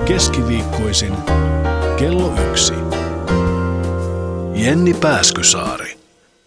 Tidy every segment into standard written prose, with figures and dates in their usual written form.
Keskiviikkoisin kello 1. Jenni Pääskysaari.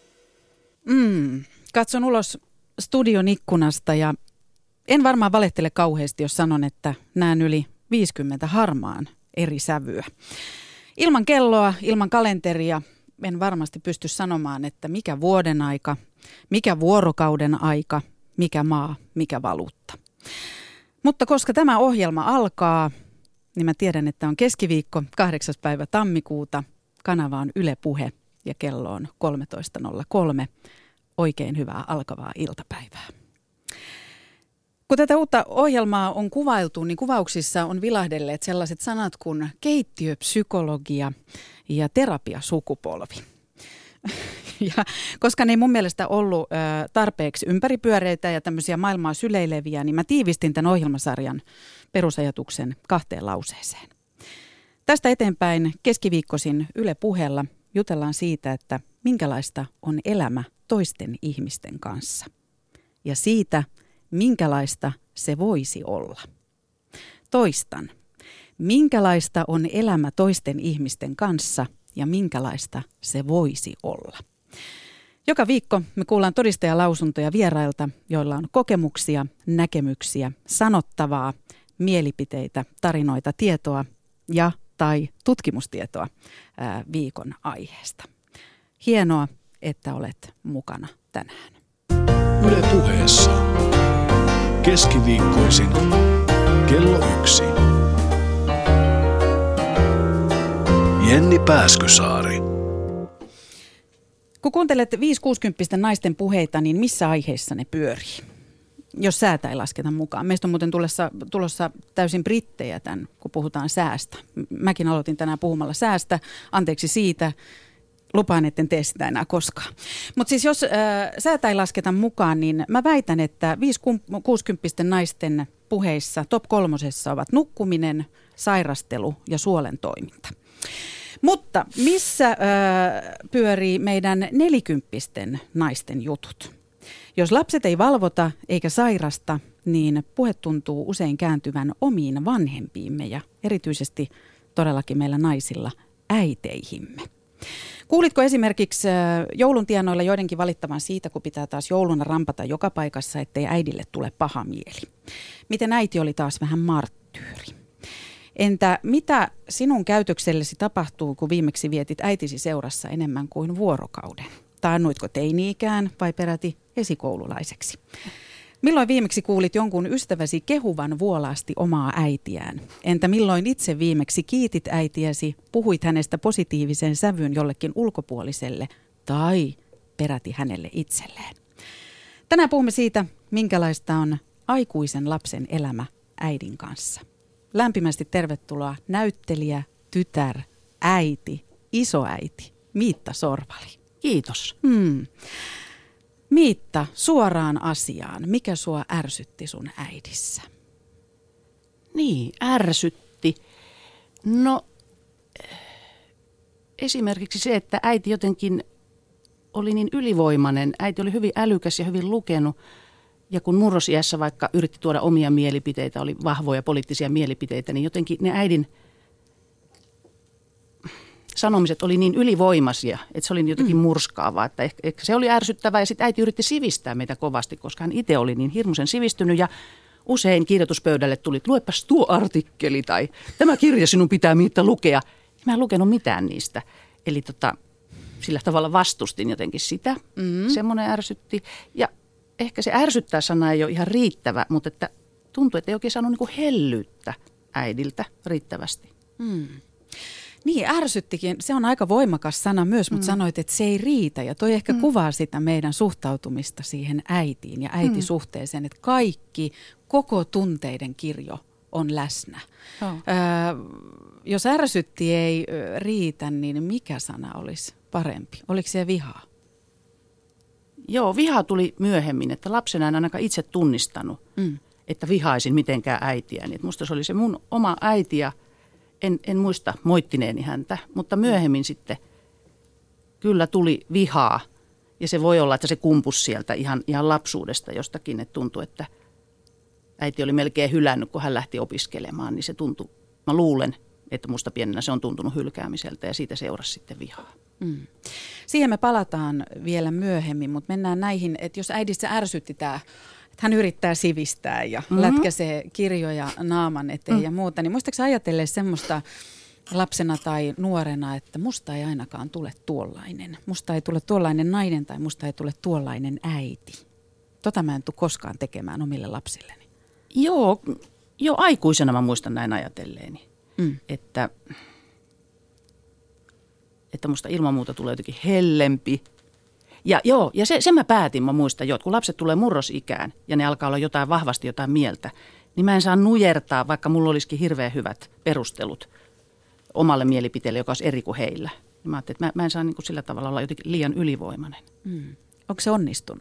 Katson ulos studion ikkunasta ja en varmaan valehtele kauheasti, jos sanon, että näen yli 50 harmaan eri sävyä. Ilman kelloa, ilman kalenteria en varmasti pysty sanomaan, että mikä vuoden aika, mikä vuorokauden aika, mikä maa, mikä valuutta. Mutta koska tämä ohjelma alkaa, niin mä tiedän, että on keskiviikko 8. päivä tammikuuta. Kanava on Yle Puhe ja kello on 13.03. Oikein hyvää alkavaa iltapäivää. Kun tätä uutta ohjelmaa on kuvailtu, niin kuvauksissa on vilahdelleet sellaiset sanat kuin keittiöpsykologia ja terapiasukupolvi. Ja koska ne ei mun mielestä ollut tarpeeksi ympäripyöreitä ja tämmöisiä maailmaa syleileviä, niin mä tiivistin tämän ohjelmasarjan perusajatuksen 2 lauseeseen. Tästä eteenpäin keskiviikkoisin Yle Puheella jutellaan siitä, että minkälaista on elämä toisten ihmisten kanssa. Ja siitä, minkälaista se voisi olla. Toistan. Minkälaista on elämä toisten ihmisten kanssa ja minkälaista se voisi olla. Joka viikko me kuullaan todistajalausuntoja vierailta, joilla on kokemuksia, näkemyksiä, sanottavaa, mielipiteitä, tarinoita, tietoa ja tai tutkimustietoa viikon aiheesta. Hienoa, että olet mukana tänään. Yle Puheessa. Keskiviikkoisin kello 1. Jenni Pääskysaari. Kun kuuntelet 5-60 naisten puheita, niin missä aiheissa ne pyörii? Jos säätä ei lasketa mukaan. Meistä on muuten tulossa täysin brittejä tämän, kun puhutaan säästä. Mäkin aloitin tänään puhumalla säästä. Anteeksi siitä. Lupaan, etten tee sitä enää koskaan. Mutta siis jos säätä ei lasketa mukaan, niin mä väitän, että 5-60 naisten puheissa top 3 ovat nukkuminen, sairastelu ja suolen toiminta. Mutta missä pyörii meidän 40 naisten jutut? Jos lapset ei valvota eikä sairasta, niin puhe tuntuu usein kääntyvän omiin vanhempiimme ja erityisesti todellakin meillä naisilla äiteihimme. Kuulitko esimerkiksi joulun tienoilla joidenkin valittavan siitä, kun pitää taas jouluna rampata joka paikassa, ettei äidille tule paha mieli? Miten äiti oli taas vähän marttyyri? Entä mitä sinun käytöksellesi tapahtuu, kun viimeksi vietit äitisi seurassa enemmän kuin vuorokauden? Taannuitko teini-ikään vai peräti esikoululaiseksi? Milloin viimeksi kuulit jonkun ystäväsi kehuvan vuolaasti omaa äitiään? Entä milloin itse viimeksi kiitit äitiäsi, puhuit hänestä positiivisen sävyyn jollekin ulkopuoliselle tai peräti hänelle itselleen? Tänään puhumme siitä, minkälaista on aikuisen lapsen elämä äidin kanssa. Lämpimästi tervetuloa näyttelijä, tytär, äiti, isoäiti Miitta Sorvali. Kiitos. Miitta, suoraan asiaan. Mikä sua ärsytti sun äidissä? Niin, ärsytti. No, esimerkiksi se, että äiti jotenkin oli niin ylivoimainen. Äiti oli hyvin älykäs ja hyvin lukenut. Ja kun murrosiässä vaikka yritti tuoda omia mielipiteitä, oli vahvoja poliittisia mielipiteitä, niin jotenkin ne äidin sanomiset oli niin ylivoimaisia, että se oli jotenkin murskaavaa, että ehkä se oli ärsyttävää ja sitten äiti yritti sivistää meitä kovasti, koska hän itse oli niin hirmuisen sivistynyt ja usein kirjoituspöydälle tuli, luepas tuo artikkeli tai tämä kirja sinun pitää Miitta lukea. Mä en lukenut mitään niistä, eli sillä tavalla vastustin jotenkin sitä, semmoinen ärsytti ja ehkä se ärsyttää sana ei ole ihan riittävä, mutta että tuntuu, että ei oikein saanut niin hellyyttä äidiltä riittävästi. Niin, ärsyttikin. Se on aika voimakas sana myös, mutta sanoit, että se ei riitä. Ja toi ehkä kuvaa sitä meidän suhtautumista siihen äitiin ja äitisuhteeseen, että koko tunteiden kirjo on läsnä. Jos ärsytti ei riitä, niin mikä sana olisi parempi? Oliko se vihaa? Joo, viha tuli myöhemmin, että lapsena en ainakaan itse tunnistanut, että vihaisin mitenkään äitiäni. Että musta se oli se mun oma äiti ja en muista moittineeni häntä, mutta myöhemmin sitten kyllä tuli vihaa. Ja se voi olla, että se kumpusi sieltä ihan lapsuudesta jostakin, että tuntui, että äiti oli melkein hylännyt, kun hän lähti opiskelemaan, niin se tuntui Mä luulen, että musta pienenä se on tuntunut hylkäämiseltä ja siitä seurasi sitten vihaa. Siihen me palataan vielä myöhemmin, mutta mennään näihin, että jos äidissä ärsytti tämä, että hän yrittää sivistää ja lätkäsee kirjoja naaman eteen ja muuta, niin muistatko ajatella semmoista lapsena tai nuorena, että musta ei ainakaan tule tuollainen. Musta ei tule tuollainen nainen tai musta ei tule tuollainen äiti. Tota mä en tule koskaan tekemään omille lapsilleni. Joo, aikuisena mä muistan näin ajatelleeni, että musta ilman muuta tulee jotenkin hellempi. Ja sen mä päätin, mä muistan jo, että kun lapset tulee murrosikään ja ne alkaa olla vahvasti jotain mieltä, niin mä en saa nujertaa, vaikka mulla olisikin hirveän hyvät perustelut omalle mielipiteelle, joka olisi eri kuin heillä. Mä ajattelin, että mä en saa niin kuin sillä tavalla olla jotenkin liian ylivoimainen. Onko se onnistunut?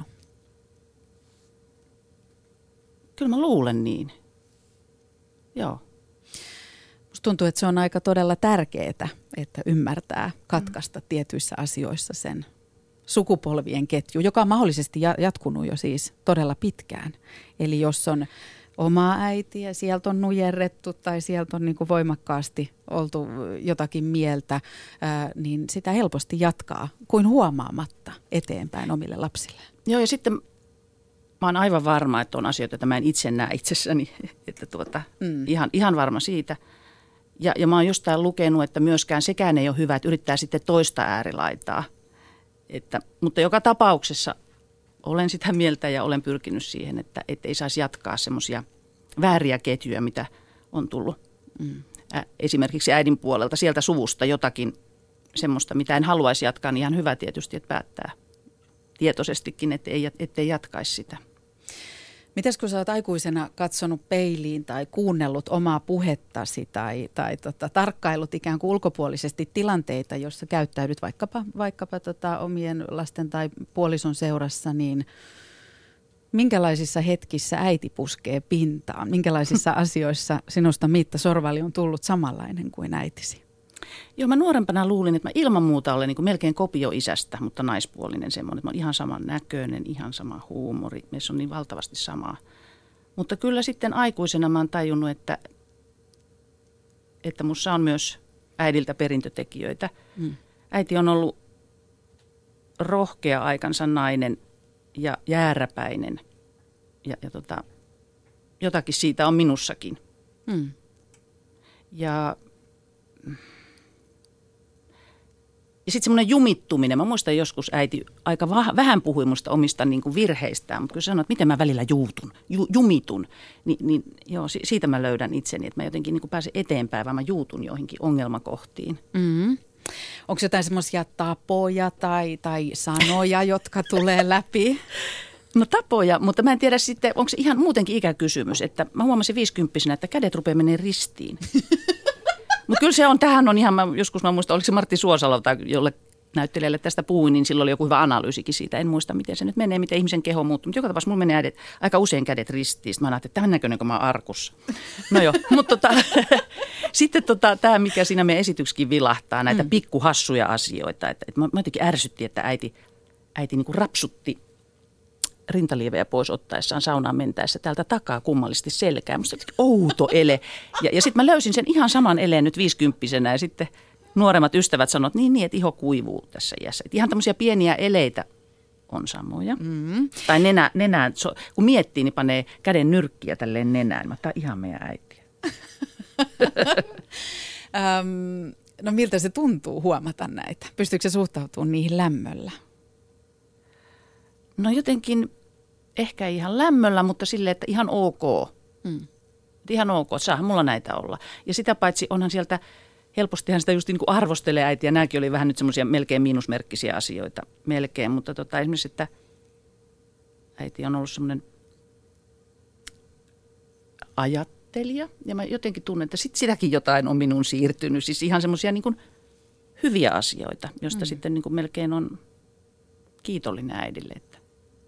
Kyllä mä luulen niin. Joo. Musta tuntuu, että se on aika todella tärkeää, että ymmärtää katkaista tietyissä asioissa sen sukupolvien ketju, joka on mahdollisesti jatkunut jo siis todella pitkään. Eli jos on oma äiti ja sieltä on nujerrettu tai sieltä on niin kuin voimakkaasti oltu jotakin mieltä, niin sitä helposti jatkaa kuin huomaamatta eteenpäin omille lapsille. Joo, ja sitten mä oon aivan varma, että on asioita, joita mä en itse näe itsessäni, että ihan varma siitä. Ja mä oon jostain lukenut, että myöskään sekään ei ole hyvä, että yrittää sitten toista äärilaitaa. Mutta joka tapauksessa olen sitä mieltä ja olen pyrkinyt siihen, että ei saisi jatkaa semmoisia vääriä ketjuja, mitä on tullut. Esimerkiksi äidin puolelta sieltä suvusta jotakin semmoista, mitä en haluaisi jatkaa, niin ihan hyvä tietysti, että päättää tietoisestikin, ettei jatkaisi sitä. Mites kun sä oot aikuisena katsonut peiliin tai kuunnellut omaa puhettasi tai tarkkailut ikään kuin ulkopuolisesti tilanteita, joissa käyttäydyt vaikkapa omien lasten tai puolison seurassa, niin minkälaisissa hetkissä äiti puskee pintaan? Minkälaisissa asioissa sinusta Miitta Sorvali on tullut samanlainen kuin äitisi? Joo, mä nuorempana luulin, että mä ilman muuta olen niin kuin melkein kopio isästä, mutta naispuolinen semmoinen, että mä olen ihan saman näköinen, ihan sama huumori, meissä on niin valtavasti samaa. Mutta kyllä sitten aikuisena mä oon tajunnut, että musta on myös äidiltä perintötekijöitä. Äiti on ollut rohkea aikansa nainen ja jääräpäinen ja jotakin siitä on minussakin. Ja sitten semmoinen jumittuminen. Mä muistan joskus äiti aika vähän puhui musta omista niin kuin virheistään, mutta kun sanoi, että miten mä välillä jumitun, niin joo, siitä mä löydän itseni, että mä jotenkin niin kuin pääsen eteenpäin, vaan mä juutun joihinkin ongelmakohtiin. Onko jotain semmoisia tapoja tai sanoja, jotka tulee läpi? No tapoja, mutta mä en tiedä sitten, onko se ihan muutenkin ikäkysymys, että mä huomasin 50-vuotiaana, että kädet rupeaa menemään ristiin. Mutta kyllä se on, tähän on ihan, joskus mä muistan, oliko se Martti Suosalo, jolle näyttelijälle tästä puhuin, niin silloin oli joku hyvä analyysikin siitä. En muista, miten se nyt menee, miten ihmisen keho muuttuu. Mutta joka tapauksessa mulla menee aika usein kädet ristiin. Sitten mä ajattelin, että tämän näköinen, kun mä oon arkussa. No joo, mutta sitten tämä, mikä siinä meidän esityksikin vilahtaa, näitä pikkuhassuja asioita. Että mä jotenkin ärsyttiin, että äiti niin kuin rapsutti rintaliivejä pois ottaessaan saunaan mentäessä täältä takaa kummallisesti selkää. Musta outo ele. Ja sitten mä löysin sen ihan saman eleen nyt 50-vuotiaana ja sitten nuoremmat ystävät sanoivat, että niin, että iho kuivuu tässä iässä. Että ihan tämmöisiä pieniä eleitä on samoja. Tai nenään, kun miettii, niin panee käden nyrkkiä tälleen nenään. Mä, tää on ihan meidän äitiä. No miltä se tuntuu huomata näitä? Pystyykö se suhtautumaan niihin lämmöllä? No jotenkin ehkä ihan lämmöllä, mutta silleen, että ihan ok. Ihan ok, saahan mulla näitä olla. Ja sitä paitsi onhan sieltä, helpostihan sitä just niin kuin arvostelee äitiä. Nämäkin oli vähän nyt semmoisia melkein miinusmerkkisiä asioita. Melkein, mutta esimerkiksi, että äiti on ollut semmoinen ajattelija. Ja mä jotenkin tunnen, että sitäkin jotain on minuun siirtynyt. Siis ihan semmoisia niin kuin hyviä asioita, joista sitten niin kuin melkein on kiitollinen äidille. Että.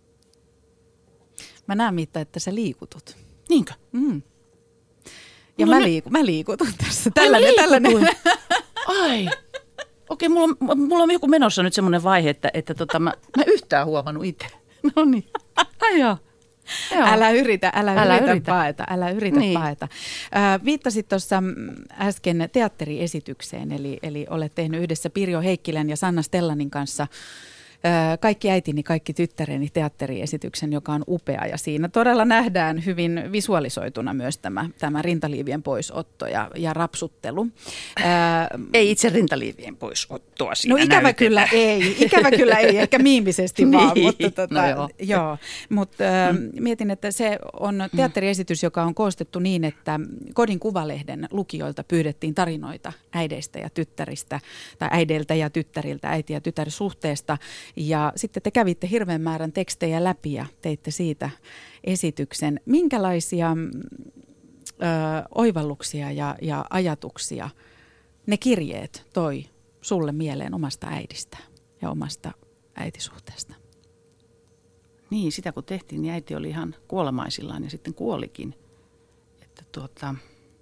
Mä näen, Miitta, että sä liikutut. Niinkö? Ja mä liikutun tässä. Tällainen. Ai. Okei, mulla on joku menossa nyt semmoinen vaihe, että mä yhtään huomannut itse. No niin. Ai joo. Älä yritä paeta, Niin. paeta. Viittasit tuossa äsken teatteriesitykseen, eli olet tehnyt yhdessä Pirjo Heikkilän ja Sanna Stellanin kanssa Kaikki äitini, kaikki tyttäreni teatteriesityksen, joka on upea, ja siinä todella nähdään hyvin visualisoituna myös tämä rintaliivien poisotto ja rapsuttelu. Ei itse rintaliivien poisottoa siinä no ikävä kyllä ei, ehkä miimisesti vaan, niin, mutta mietin, että se on teatteriesitys, joka on koostettu niin, että Kodin Kuvalehden lukijoilta pyydettiin tarinoita äideistä ja tyttäristä, tai äideiltä ja tyttäriltä, äiti- ja tytärsuhteesta. Ja sitten te kävitte hirveän määrän tekstejä läpi ja teitte siitä esityksen. Minkälaisia oivalluksia ja ajatuksia ne kirjeet toi sulle mieleen omasta äidistä ja omasta äitisuhteesta? Niin, sitä kun tehtiin, niin äiti oli ihan kuolemaisillaan ja sitten kuolikin. Että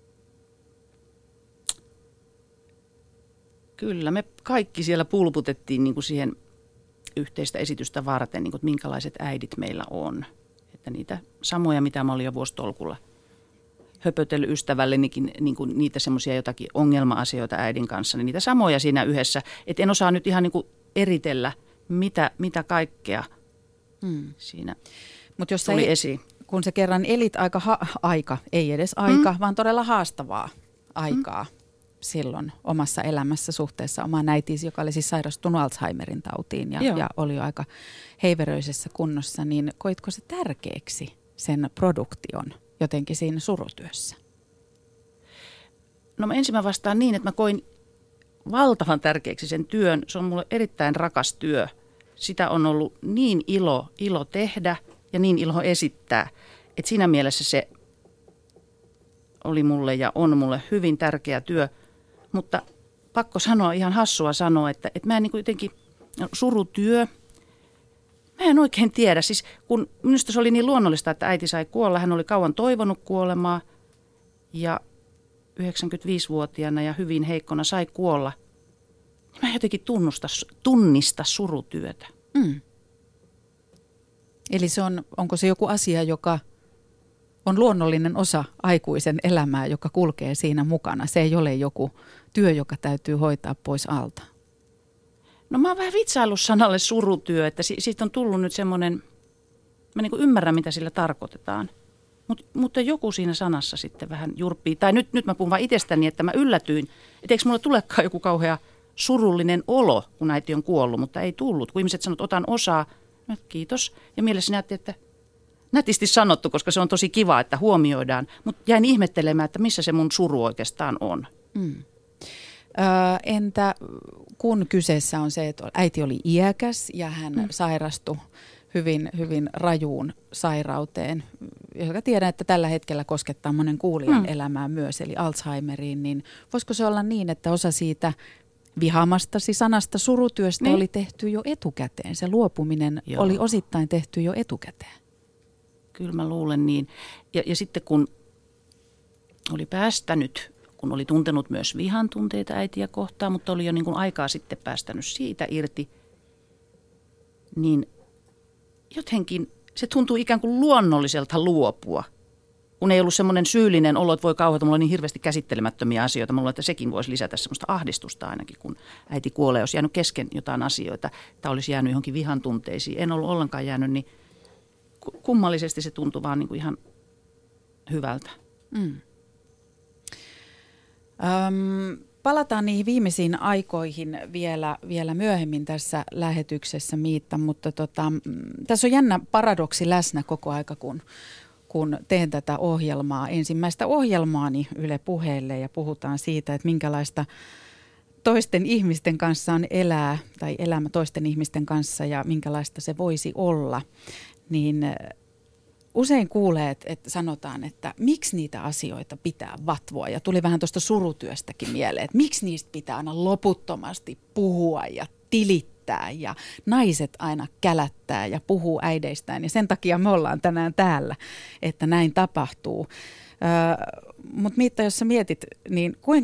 kyllä me kaikki siellä pulputettiin niin kuin siihen yhteistä esitystä varten, niin kuin, että minkälaiset äidit meillä on. Että niitä samoja, mitä mä olin jo vuositolkulla höpötellyt ystävällenikin, niin kuin niitä semmoisia jotakin ongelma-asioita äidin kanssa, niin niitä samoja siinä yhdessä. Että en osaa nyt ihan niin kuin eritellä, mitä kaikkea siinä tuli esiin. Kun sä kerran elit ei edes aika, vaan todella haastavaa aikaa silloin omassa elämässä suhteessa omaan äitiisi, joka oli siis sairastunut Alzheimerin tautiin ja oli jo aika heiveröisessä kunnossa, niin koitko se tärkeäksi sen produktion jotenkin siinä surutyössä? No ensin mä vastaan niin, että mä koin valtavan tärkeäksi sen työn. Se on mulle erittäin rakas työ. Sitä on ollut niin ilo tehdä ja niin ilo esittää, että siinä mielessä se oli mulle ja on mulle hyvin tärkeä työ. Mutta pakko sanoa, ihan hassua sanoa, että mä en niin kuin jotenkin, surutyö, mä en oikein tiedä. Siis kun minusta se oli niin luonnollista, että äiti sai kuolla, hän oli kauan toivonut kuolemaa ja 95-vuotiaana ja hyvin heikkona sai kuolla, niin mä en jotenkin tunnista surutyötä. Eli onko se joku asia, joka on luonnollinen osa aikuisen elämää, joka kulkee siinä mukana? Se ei ole joku työ, joka täytyy hoitaa pois alta. No mä oon vähän vitsaillut sanalle surutyö, että siitä on tullut nyt semmoinen, mä niin kuin ymmärrän mitä sillä tarkoitetaan. Mutta joku siinä sanassa sitten vähän jurppii. Tai nyt mä puhun vaan itsestäni, että mä yllätyin, että eikö mulle tulekaan joku kauhea surullinen olo, kun äiti on kuollut, mutta ei tullut. Kun ihmiset sanovat, otan osaa, no, kiitos. Ja mielessäni ajattelin, että nätisti sanottu, koska se on tosi kiva, että huomioidaan. Mutta jäin ihmettelemään, että missä se mun suru oikeastaan on. Entä kun kyseessä on se, että äiti oli iäkäs ja hän sairastui hyvin, hyvin rajuun sairauteen, joka tiedän, että tällä hetkellä koskettaa monen kuulijan elämää myös, eli Alzheimeriin, niin voisiko se olla niin, että osa siitä vihaamastasi sanasta surutyöstä oli tehty jo etukäteen? Se luopuminen oli osittain tehty jo etukäteen. Kyllä mä luulen niin. Ja sitten kun oli päästänyt, kun oli tuntenut myös vihan tunteita äitiä kohtaan, mutta oli jo niin kuin aikaa sitten päästänyt siitä irti, niin jotenkin se tuntui ikään kuin luonnolliselta luopua. Kun ei ollut semmoinen syyllinen olo, että voi kauheata, mulla on niin hirveästi käsittelemättömiä asioita. Mulla että sekin voisi lisätä semmoista ahdistusta ainakin, kun äiti kuolee, olisi jäänyt kesken jotain asioita, tai olisi jäänyt johonkin vihan tunteisiin. En ollut ollenkaan jäänyt, niin kummallisesti se tuntui vaan niin kuin ihan hyvältä. Palataan niihin viimeisiin aikoihin vielä myöhemmin tässä lähetyksessä, Miitta, mutta tässä on jännä paradoksi läsnä koko aika, kun teen tätä ohjelmaa, ensimmäistä ohjelmaani Yle Puheelle, ja puhutaan siitä, että minkälaista toisten ihmisten kanssa on elää tai elämä toisten ihmisten kanssa ja minkälaista se voisi olla, niin usein kuulee, että sanotaan, että miksi niitä asioita pitää vatvoa, ja tuli vähän tuosta surutyöstäkin mieleen, että miksi niistä pitää aina loputtomasti puhua ja tilittää ja naiset aina kälättää ja puhuu äideistään, ja sen takia me ollaan tänään täällä, että näin tapahtuu. Mutta Miitta, jos sä mietit, niin kuinka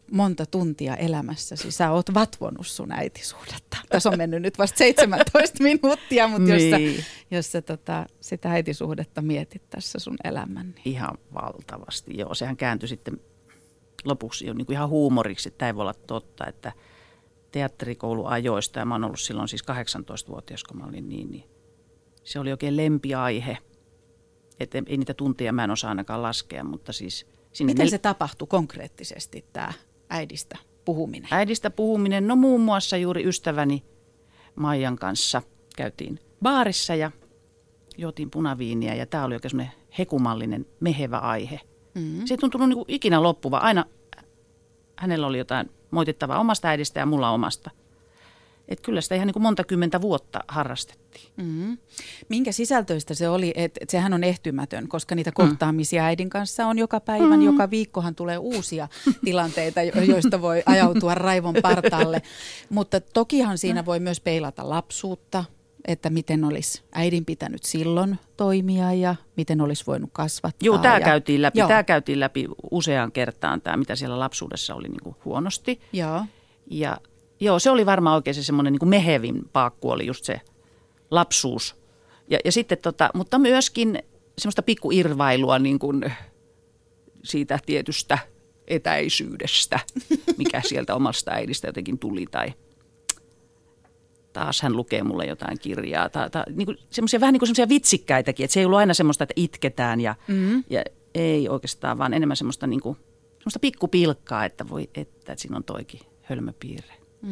monta tuntia elämässäsi sä oot vatvonut sun äitisuhdetta. Tässä on mennyt nyt vasta 17 minuuttia, mutta Niin. jos sä sitä äitisuhdetta mietit tässä sun elämän. Niin. Ihan valtavasti, joo. Sehän kääntyi sitten lopuksi jo niin kuin ihan huumoriksi, että tämä ei voi olla totta, että teatterikouluajoista, ja mä oon ollut silloin siis 18-vuotias, kun mä olin niin se oli oikein lempiaihe. Että ei niitä tunteja mä en osaa ainakaan laskea, mutta siis... Miten se tapahtui konkreettisesti, tämä äidistä puhuminen? Äidistä puhuminen, no muun muassa juuri ystäväni Maijan kanssa käytiin baarissa ja juotiin punaviiniä, ja tämä oli oikein semmoinen hekumallinen, mehevä aihe. Mm-hmm. Se ei tuntunut niin kuin ikinä loppuva. Aina hänellä oli jotain moitittavaa omasta äidistä ja mulla omasta. Että kyllä sitä ihan niin kuin monta kymmentä vuotta harrastettiin. Mm-hmm. Minkä sisältöistä se oli? Et sehän on ehtymätön, koska niitä kohtaamisia äidin kanssa on joka päivän. Joka viikkohan tulee uusia tilanteita, joista voi ajautua raivon partaalle. Mutta tokihan siinä voi myös peilata lapsuutta, että miten olisi äidin pitänyt silloin toimia ja miten olisi voinut kasvattaa. Joo, tämä käytiin läpi. Tämä käytiin läpi useaan kertaan, tämä mitä siellä lapsuudessa oli niin kuin huonosti. Joo. Ja joo, se oli varmaan oikein se semmoinen niin kuin mehevin paakku oli just se lapsuus. Ja sitten mutta myöskin semmoista pikkuirvailua niin kuin siitä tietystä etäisyydestä, mikä sieltä omasta äidistä jotenkin tuli. Tai taas hän lukee mulle jotain kirjaa. Niin kuin vähän niin kuin semmoisia vitsikkäitäkin, että se ei ollut aina semmoista, että itketään ja ei oikeastaan, vaan enemmän semmoista, niin kuin, semmoista pikkupilkkaa, että voi että siinä on toikin hölmöpiirre.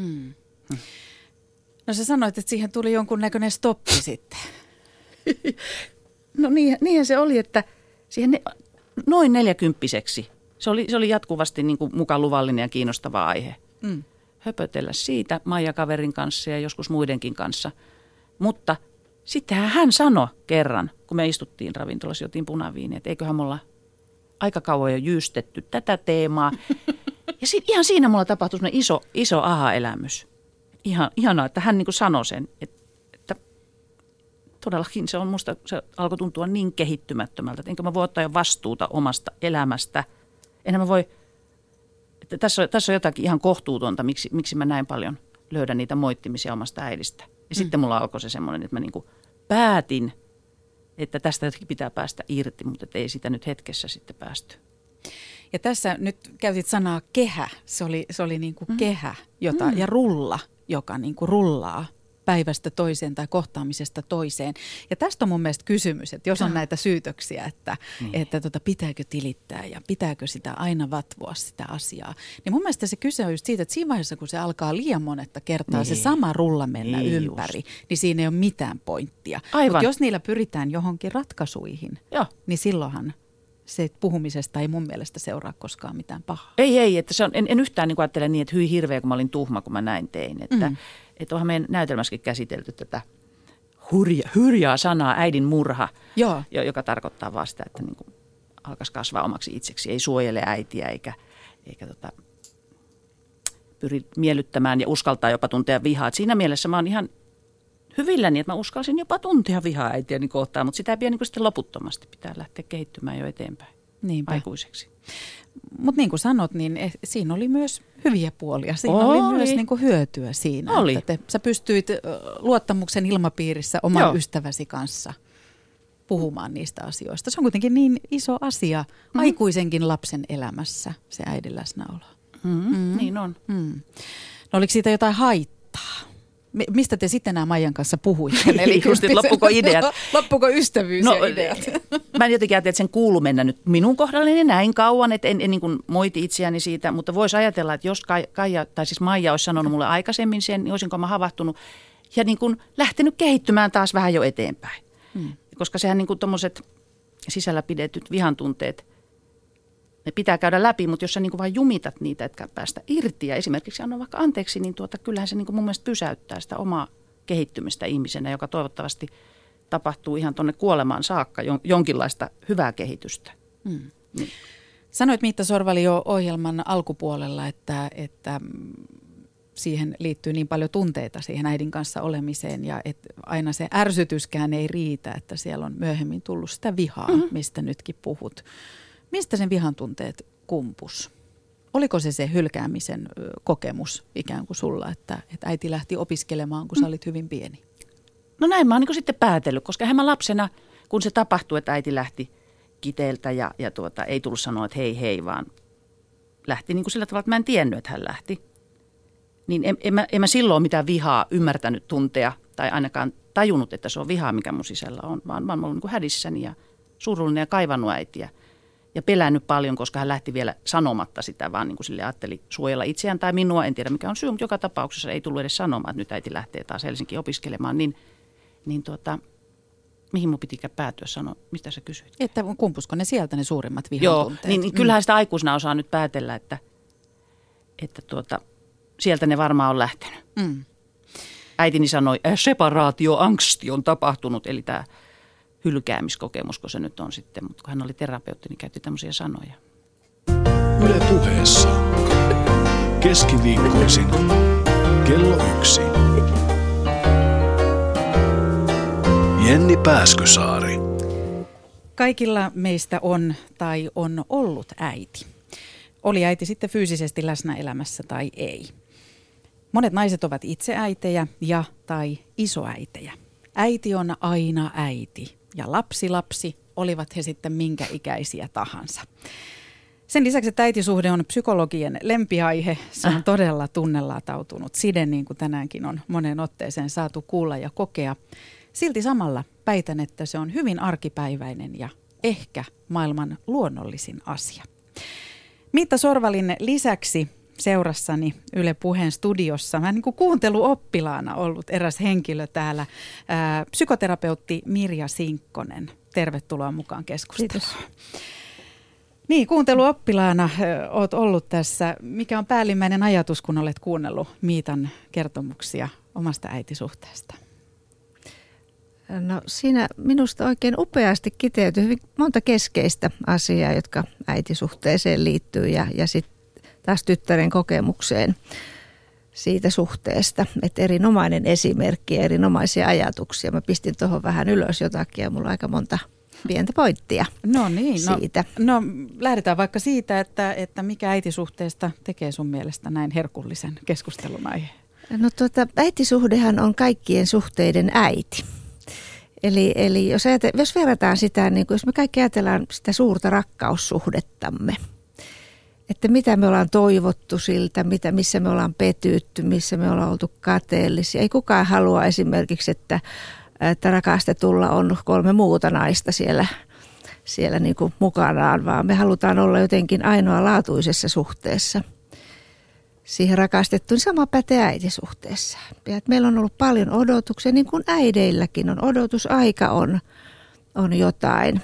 No sä sanoit, että siihen tuli jonkunnäköinen stoppi sitten. No niinhän se oli, että siihen noin 40-vuotiaaksi. Se oli jatkuvasti niin kuin mukaan luvallinen ja kiinnostava aihe. Höpötellä siitä Maija-kaverin kanssa ja joskus muidenkin kanssa. Mutta sittenhän hän sanoi kerran, kun me istuttiin ravintolassa, jotiin punaviiniä, että eiköhän me olla aika kauan jo jyystetty tätä teemaa. Ja ihan siinä mulla tapahtui iso aha-elämys. Ihanaa, että hän niin kuin sanoi sen, että todellakin se alkoi tuntua niin kehittymättömältä, että enkö mä voi ottaa jo vastuuta omasta elämästä. Enhän mä voi, että tässä on jotakin ihan kohtuutonta, miksi mä näin paljon löydän niitä moittimisia omasta äidistä. Ja sitten mulla alkoi se semmoinen, että mä niin kuin päätin, että tästä jotenkin pitää päästä irti, mutta ei sitä nyt hetkessä sitten päästy. Ja tässä nyt käytit sanaa kehä. Se oli niin kuin kehä ja rulla, joka niin kuin rullaa päivästä toiseen tai kohtaamisesta toiseen. Ja tästä on mun mielestä kysymys, että jos on näitä syytöksiä, että pitääkö tilittää ja pitääkö sitä aina vatvoa sitä asiaa, niin mun mielestä se kyse on just siitä, että siinä vaiheessa, kun se alkaa liian monetta kertaa se sama rulla mennä ympäri, niin siinä ei ole mitään pointtia. Mutta jos niillä pyritään johonkin ratkaisuihin, niin silloinhan se puhumisesta ei mun mielestä seuraa koskaan mitään pahaa. Ei, että se on, en yhtään niin ajattele niin, että hyi hirveä, kun mä olin tuhma, kun mä näin tein. Että onhan meidän näytelmässäkin käsitelty tätä hurjaa sanaa äidin murha, joka tarkoittaa vaan sitä, että niin kuin alkaisi kasvaa omaksi itseksi. Ei suojele äitiä eikä pyri miellyttämään ja uskaltaa jopa tuntea vihaa. Et siinä mielessä mä oon ihan hyvilläni, että mä uskalsin jopa tuntea vihaa äitiäni kohtaan, mutta sitä ei pidä niin kuin sitten loputtomasti. Pitää lähteä kehittymään jo eteenpäin aikuiseksi. Mutta niin kuin sanot, niin siinä oli myös hyviä puolia. Siinä oli myös niin kuin hyötyä siinä, että sä pystyit luottamuksen ilmapiirissä oman ystäväsi kanssa puhumaan niistä asioista. Se on kuitenkin niin iso asia aikuisenkin lapsen elämässä, se äidin läsnäolo. Niin on. No oliko siitä jotain haittaa? Mistä te sitten nämä Maijan kanssa puhuitte? Eli loppuko ideat? Loppuko ystävyys ja ideat? Mä en jotenkin ajatella, että sen kuulu mennä nyt minun kohdalleni näin kauan, että en niin kuin moiti itseäni siitä, mutta voisi ajatella, että jos Kaija, tai siis Maija olisi sanonut mulle aikaisemmin sen, niin olisinko mä havahtunut ja niin kuin lähtenyt kehittymään taas vähän jo eteenpäin. Koska sehän niin kuin tommoset sisällä pidetyt vihantunteet, ne pitää käydä läpi, mutta jos sä niin kuin vaan jumitat niitä, etkä päästä irti ja esimerkiksi anna vaikka anteeksi, niin kyllähän se niin kuin mun mielestä pysäyttää sitä omaa kehittymistä ihmisenä, joka toivottavasti tapahtuu ihan tuonne kuolemaan saakka jonkinlaista hyvää kehitystä. Niin. Sanoit Miitta Sorvali jo ohjelman alkupuolella, että siihen liittyy niin paljon tunteita siihen äidin kanssa olemiseen ja että aina se ärsytyskään ei riitä, että siellä on myöhemmin tullut sitä vihaa, mistä nytkin puhut. Mistä sen vihan tunteet kumpus? Oliko se hylkäämisen kokemus ikään kuin sulla, että äiti lähti opiskelemaan, kun sä olit hyvin pieni? No näin mä oon niin sitten päätellyt, koska eihän mä lapsena, kun se tapahtui, että äiti lähti Kiteeltä ja ei tullut sanoa, että hei, vaan lähti niin kuin sillä tavalla, että mä en tiennyt, että hän lähti. Niin en mä silloin mitään vihaa ymmärtänyt tuntea tai ainakaan tajunnut, että se on vihaa, mikä mun sisällä on, vaan mä oon ollut niin kuin hädissäni ja surullinen ja kaivannut äitiä. Ja pelännyt paljon, koska hän lähti vielä sanomatta sitä, vaan niin kuin sille ajatteli suojella itseään tai minua. En tiedä mikä on syy, mutta joka tapauksessa ei tullut edes sanomaan, että nyt äiti lähtee taas Helsinkiin opiskelemaan. Mihin mun pitikään päätyä sanoa? Mistä sä kysyit? Että kumpusko ne sieltä ne suurimmat vihatunteet? Joo, niin kyllähän sitä aikuisena osaa nyt päätellä, että sieltä ne varmaan on lähtenyt. Äitini sanoi, separaatioangsti on tapahtunut, eli tämä hylkäämiskokemus, kun se nyt on sitten. Mutta kun hän oli terapeutti, niin käytti tämmöisiä sanoja. Yle Puheessa. Keskiviikkoisin kello 1. Jenni Pääskysaari. Kaikilla meistä on tai on ollut äiti. Oli äiti sitten fyysisesti läsnä elämässä tai ei. Monet naiset ovat itse äitejä ja tai isoäitejä. Äiti on aina äiti ja lapsi, olivat he sitten minkä ikäisiä tahansa. Sen lisäksi, että äitisuhde on psykologien lempiaihe, se on todella tunnelatautunut side, niin kuin tänäänkin on moneen otteeseen saatu kuulla ja kokea. Silti samalla väitän, että se on hyvin arkipäiväinen ja ehkä maailman luonnollisin asia. Miitta Sorvalin lisäksi seurassani Yle Puheen studiossa, mä niin kuin kuunteluoppilaana ollut eräs henkilö täällä, psykoterapeutti Mirja Sinkkonen. Tervetuloa mukaan keskusteluun. Kiitos. Niin, kuunteluoppilaana olet ollut tässä. Mikä on päällimmäinen ajatus, kun olet kuunnellut Miitan kertomuksia omasta äitisuhteesta? No siinä minusta oikein upeasti kiteytyy hyvin monta keskeistä asiaa, jotka äitisuhteeseen liittyy ja sitten taas tyttären kokemukseen siitä suhteesta. Että erinomainen esimerkki ja erinomaisia ajatuksia. Mä pistin tuohon vähän ylös jotakin ja mulla on aika monta pientä pointtia siitä. No lähdetään vaikka siitä, että mikä äitisuhteesta tekee sun mielestä näin herkullisen keskustelun aihe. No äitisuhdehan on kaikkien suhteiden äiti. Eli jos verrataan sitä, niin jos me kaikki ajatellaan sitä suurta rakkaussuhdettamme, että mitä me ollaan toivottu siltä, missä me ollaan petytty, missä me ollaan oltu kateellisia. Ei kukaan halua esimerkiksi, että rakastetulla on 3 muuta naista siellä niin kuin mukanaan, vaan me halutaan olla jotenkin ainoalaatuisessa suhteessa siihen rakastettuun. Sama pätee äitisuhteessa. Ja meillä on ollut paljon odotuksia, niin kuin äideilläkin on. Odotusaika on jotain.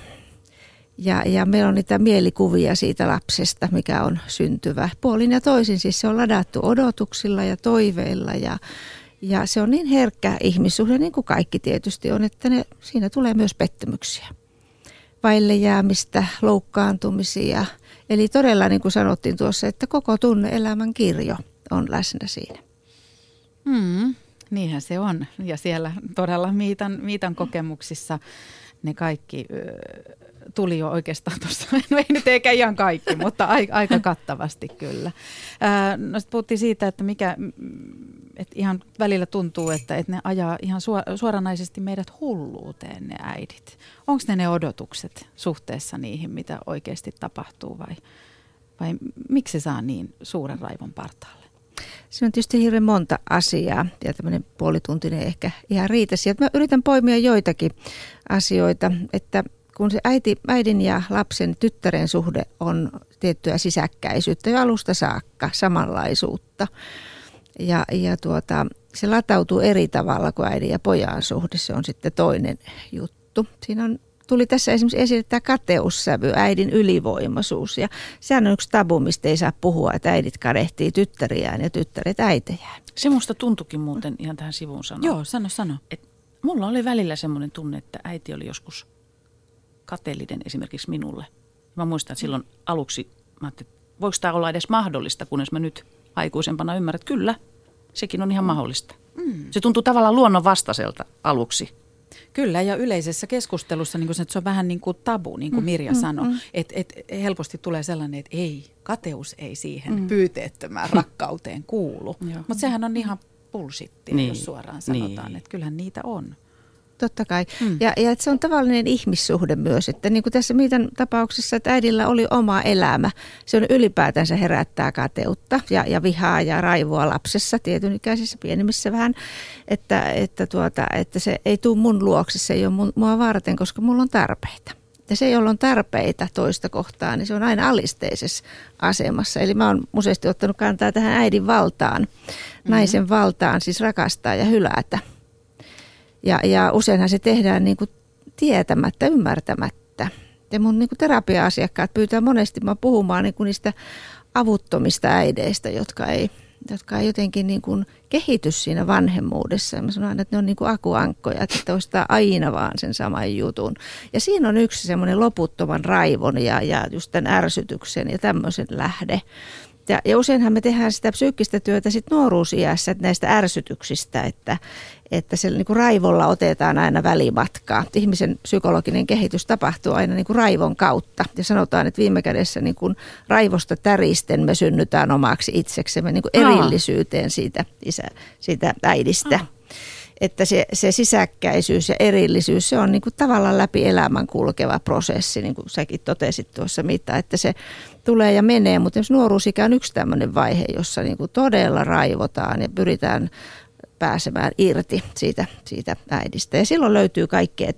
Ja meillä on niitä mielikuvia siitä lapsesta, mikä on syntyvä. Puolin ja toisin siis se on ladattu odotuksilla ja toiveilla ja se on niin herkkä ihmissuhde, niin kuin kaikki tietysti on, että siinä tulee myös pettymyksiä. Vaille jäämistä, loukkaantumisia. Eli todella niin kuin sanottiin tuossa, että koko tunne-elämän kirjo on läsnä siinä. Niinhän se on. Ja siellä todella Miitan kokemuksissa ne kaikki tuli jo oikeastaan tuossa, no ei nyt eikä ihan kaikki, mutta aika kattavasti kyllä. No sitten puhuttiin siitä, että että ihan välillä tuntuu, että ne ajaa ihan suoranaisesti meidät hulluuteen ne äidit. Onko ne odotukset suhteessa niihin, mitä oikeasti tapahtuu vai miksi se saa niin suuren raivon partaalle? Se on tietysti hirveän monta asiaa ja tämmöinen puolituntinen ehkä ihan riitä. Mä yritän poimia joitakin asioita, että kun se äidin ja lapsen tyttären suhde on tiettyä sisäkkäisyyttä jo alusta saakka, samanlaisuutta. Ja se latautuu eri tavalla kuin äidin ja pojan suhde, se on sitten toinen juttu. Tuli tässä esimerkiksi esille tämä kateussävy, äidin ylivoimaisuus. Ja sehän on yksi tabu, mistä ei saa puhua, että äidit kadehtii tyttäriään ja tyttäret äitejään. Se musta tuntuikin muuten ihan tähän sivuun sanoa. Joo, sano. Mulla oli välillä semmoinen tunne, että äiti oli joskus kateellinen esimerkiksi minulle. Mä muistan, että silloin aluksi mä ajattelin, että voiko tämä olla edes mahdollista, kunnes mä nyt aikuisempana ymmärrän, että kyllä, sekin on ihan mahdollista. Se tuntuu tavallaan luonnonvastaiselta aluksi. Kyllä, ja yleisessä keskustelussa niin se on vähän niin kuin tabu, niin kuin Mirja sanoi. Että helposti tulee sellainen, että ei, kateus ei siihen pyyteettömään rakkauteen kuulu. Mutta sehän on ihan bullshittia, jos suoraan sanotaan, että kyllähän niitä on. Totta kai. Ja että se on tavallinen ihmissuhde myös, että niin kuin tässä Miitan tapauksessa, että äidillä oli oma elämä. Se on mua herättää kateutta ja vihaa ja raivoa lapsessa, tietyn ikäisissä pienemmissä vähän, että se ei tule mun luokse, se ei ole mua varten, koska mulla on tarpeita. Ja se, jolla on tarpeita toista kohtaan, niin se on aina alisteisessa asemassa. Eli mä oon useasti ottanut kantaa tähän äidin valtaan, naisen valtaan, siis rakastaa ja hylätä. Ja useinhan se tehdään niin kuin tietämättä, ymmärtämättä. Ja mun niin kuin terapia-asiakkaat pyytää monesti mä puhumaan niin kuin niistä avuttomista äideistä, jotka ei jotenkin niin kuin kehity siinä vanhemmuudessa. Ja mä sanon aina, että ne on niin kuin akuankkoja, että toistaa aina vaan sen saman jutun. Ja siinä on yksi semmoinen loputtoman raivon ja just tämän ärsytyksen ja tämmöisen lähde. Ja useinhan me tehdään sitä psyykkistä työtä sit nuoruusiässä näistä ärsytyksistä, että se niin kuin raivolla otetaan aina välimatkaa. Ihmisen psykologinen kehitys tapahtuu aina niin kuin raivon kautta. Ja sanotaan, että viime kädessä niin kuin raivosta täristen me synnytään omaksi itseksemme niin kuin erillisyyteen siitä äidistä. Että se sisäkkäisyys ja erillisyys, se on niin kuin tavallaan läpi elämän kulkeva prosessi, niin kuin säkin totesit tuossa Mitta, että se tulee ja menee, mutta nuoruusikä on yksi tämmöinen vaihe, jossa niin kuin todella raivotaan ja pyritään pääsemään irti siitä äidistä. Ja silloin löytyy kaikkea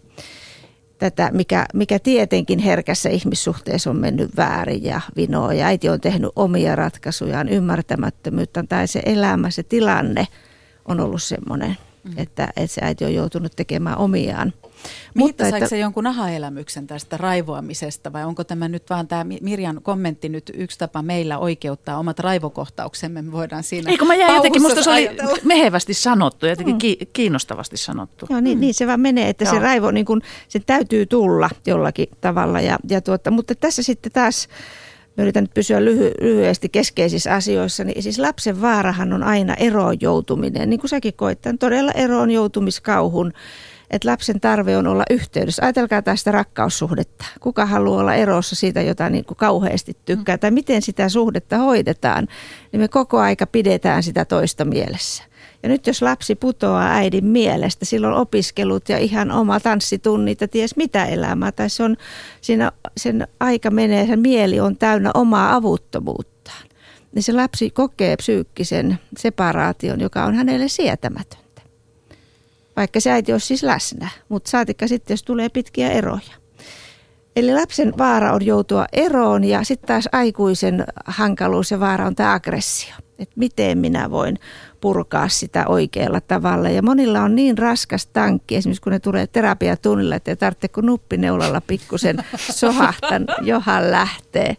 tätä mikä tietenkin herkässä ihmissuhteessa on mennyt väärin ja vinoa. Ja äiti on tehnyt omia ratkaisujaan, ymmärtämättömyyttä tai se elämä, se tilanne on ollut semmoinen, että se äiti on joutunut tekemään omiaan. Mutta saiko se jonkun aha-elämyksen tästä raivoamisesta vai onko tämä nyt vaan tämä Mirjan kommentti nyt yksi tapa meillä oikeuttaa omat raivokohtauksemme? Me voidaan siinä eikö mä jäin jotenkin, musta se oli mehevästi sanottu ja jotenkin kiinnostavasti sanottu. Joo, niin se vaan menee, että se raivo, niin kun, se täytyy tulla jollakin tavalla. Mutta tässä sitten taas, mä yritän nyt pysyä lyhyesti keskeisissä asioissa, niin siis lapsen vaarahan on aina eroon joutuminen. Niin kuin säkin koit, todella eroon joutumiskauhun. Että lapsen tarve on olla yhteydessä. Ajatelkaa tästä rakkaussuhdetta. Kuka haluaa olla erossa siitä, jota niin kuin kauheasti tykkää, tai miten sitä suhdetta hoidetaan, niin me koko aika pidetään sitä toista mielessä. Ja nyt jos lapsi putoaa äidin mielestä, silloin opiskelut ja ihan oma tanssitunnit ja ties mitä elämää, tai se on, sen aika menee, sen mieli on täynnä omaa avuttomuuttaan. Niin se lapsi kokee psyykkisen separaation, joka on hänelle sietämätön. Vaikka se äiti olisi siis läsnä, mutta saatikka sitten, jos tulee pitkiä eroja. Eli lapsen vaara on joutua eroon ja sitten taas aikuisen hankaluus ja vaara on tämä aggressio. Että miten minä voin purkaa sitä oikealla tavalla. Ja monilla on niin raskas tankki, esimerkiksi kun ne tulee terapiatunnilla, että ei tarvitse kun nuppineulalla pikkusen sohahtan, johan lähtee.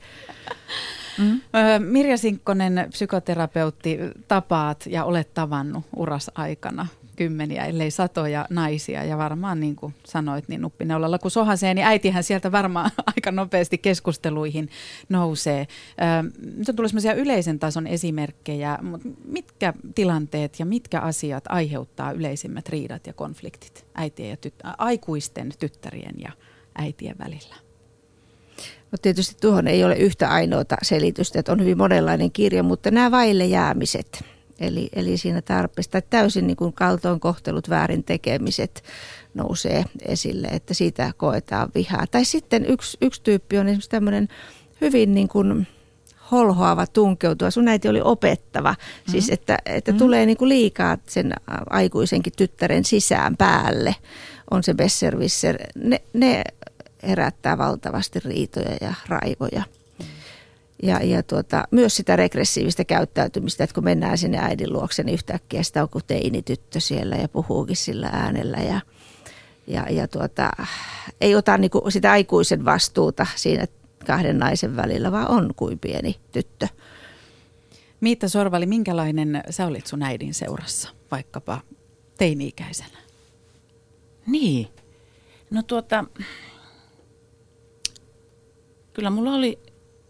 Mirja Sinkkonen, psykoterapeutti, tapaat ja olet tavannut uras aikana kymmeniä, ellei satoja naisia ja varmaan niin kuin sanoit, niin nuppineulalla kun sohasee, niin äitihän sieltä varmaan aika nopeasti keskusteluihin nousee. Nyt on tullut sellaisia yleisen tason esimerkkejä, mutta mitkä tilanteet ja mitkä asiat aiheuttaa yleisimmät riidat ja konfliktit äitien ja aikuisten tyttärien ja äitien välillä? No tietysti tuohon ei ole yhtä ainoata selitystä, että on hyvin monenlainen kirja, mutta nämä vaille jäämiset. Eli siinä tarpeesta täysin niin kuin kaltoinkohtelut, väärin tekemiset nousee esille, että siitä koetaan vihaa. Tai sitten yksi tyyppi on esimerkiksi tämmöinen hyvin niin kuin holhoava, tunkeutuva. Sun äiti oli opettava, siis että tulee niin kuin liikaa sen aikuisenkin tyttären sisään päälle. On se besserwisser. Ne herättää valtavasti riitoja ja raivoja. Ja myös sitä regressiivistä käyttäytymistä, että kun mennään sinne äidin luokse, niin yhtäkkiä sitä on kuin teinityttö siellä ja puhuukin sillä äänellä. Ja ei ota niinku sitä aikuisen vastuuta siinä kahden naisen välillä, vaan on kuin pieni tyttö. Miitta Sorvali, minkälainen sä olit sun äidin seurassa, vaikkapa teini-ikäisenä? Niin, no kyllä mulla oli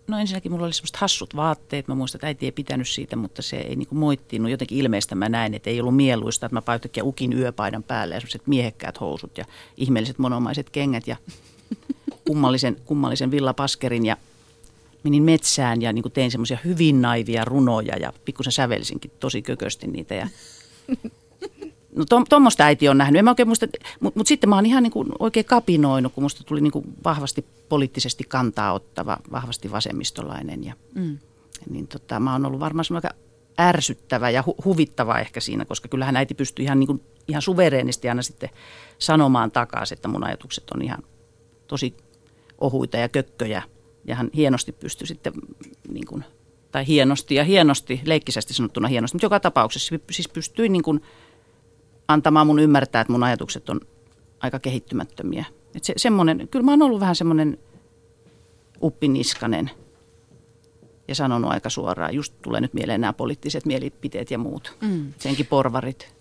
No ensinnäkin mulla oli semmoiset hassut vaatteet. Mä muistan, että äiti ei pitänyt siitä, mutta se ei niinku moittinut. Jotenkin ilmeistä mä näin, että ei ollut mieluista, että mä pain yhtäkkiä ukin yöpaidan päälle ja semmoiset miehekkäät housut ja ihmeelliset monomaiset kengät ja kummallisen villapaskerin ja menin metsään ja niinku tein semmoisia hyvin naivia runoja ja pikkusen sävelsinkin tosi kökösti niitä ja no tuommoista äiti on nähnyt. En mä oikein muista, mutta sitten mä oon ihan niinku oikein kapinoinut, kun musta tuli niinku vahvasti poliittisesti kantaa ottava, vahvasti vasemmistolainen. Ja, niin mä oon ollut varmaan semmoinen aika ärsyttävä ja huvittava ehkä siinä, koska kyllähän äiti pystyi ihan suvereenisti aina sitten sanomaan takaisin, että mun ajatukset on ihan tosi ohuita ja kökköjä. Ja hän hienosti pystyi sitten, niin kuin, tai hienosti, leikkisesti sanottuna hienosti, mutta joka tapauksessa siis pystyi niin kuin antamaan mun ymmärtää, että mun ajatukset on aika kehittymättömiä. Että semmoinen, kyllä mä oon ollut vähän semmoinen uppiniskanen ja sanonut aika suoraan. Just tulee nyt mieleen nämä poliittiset mielipiteet ja muut, senkin porvarit.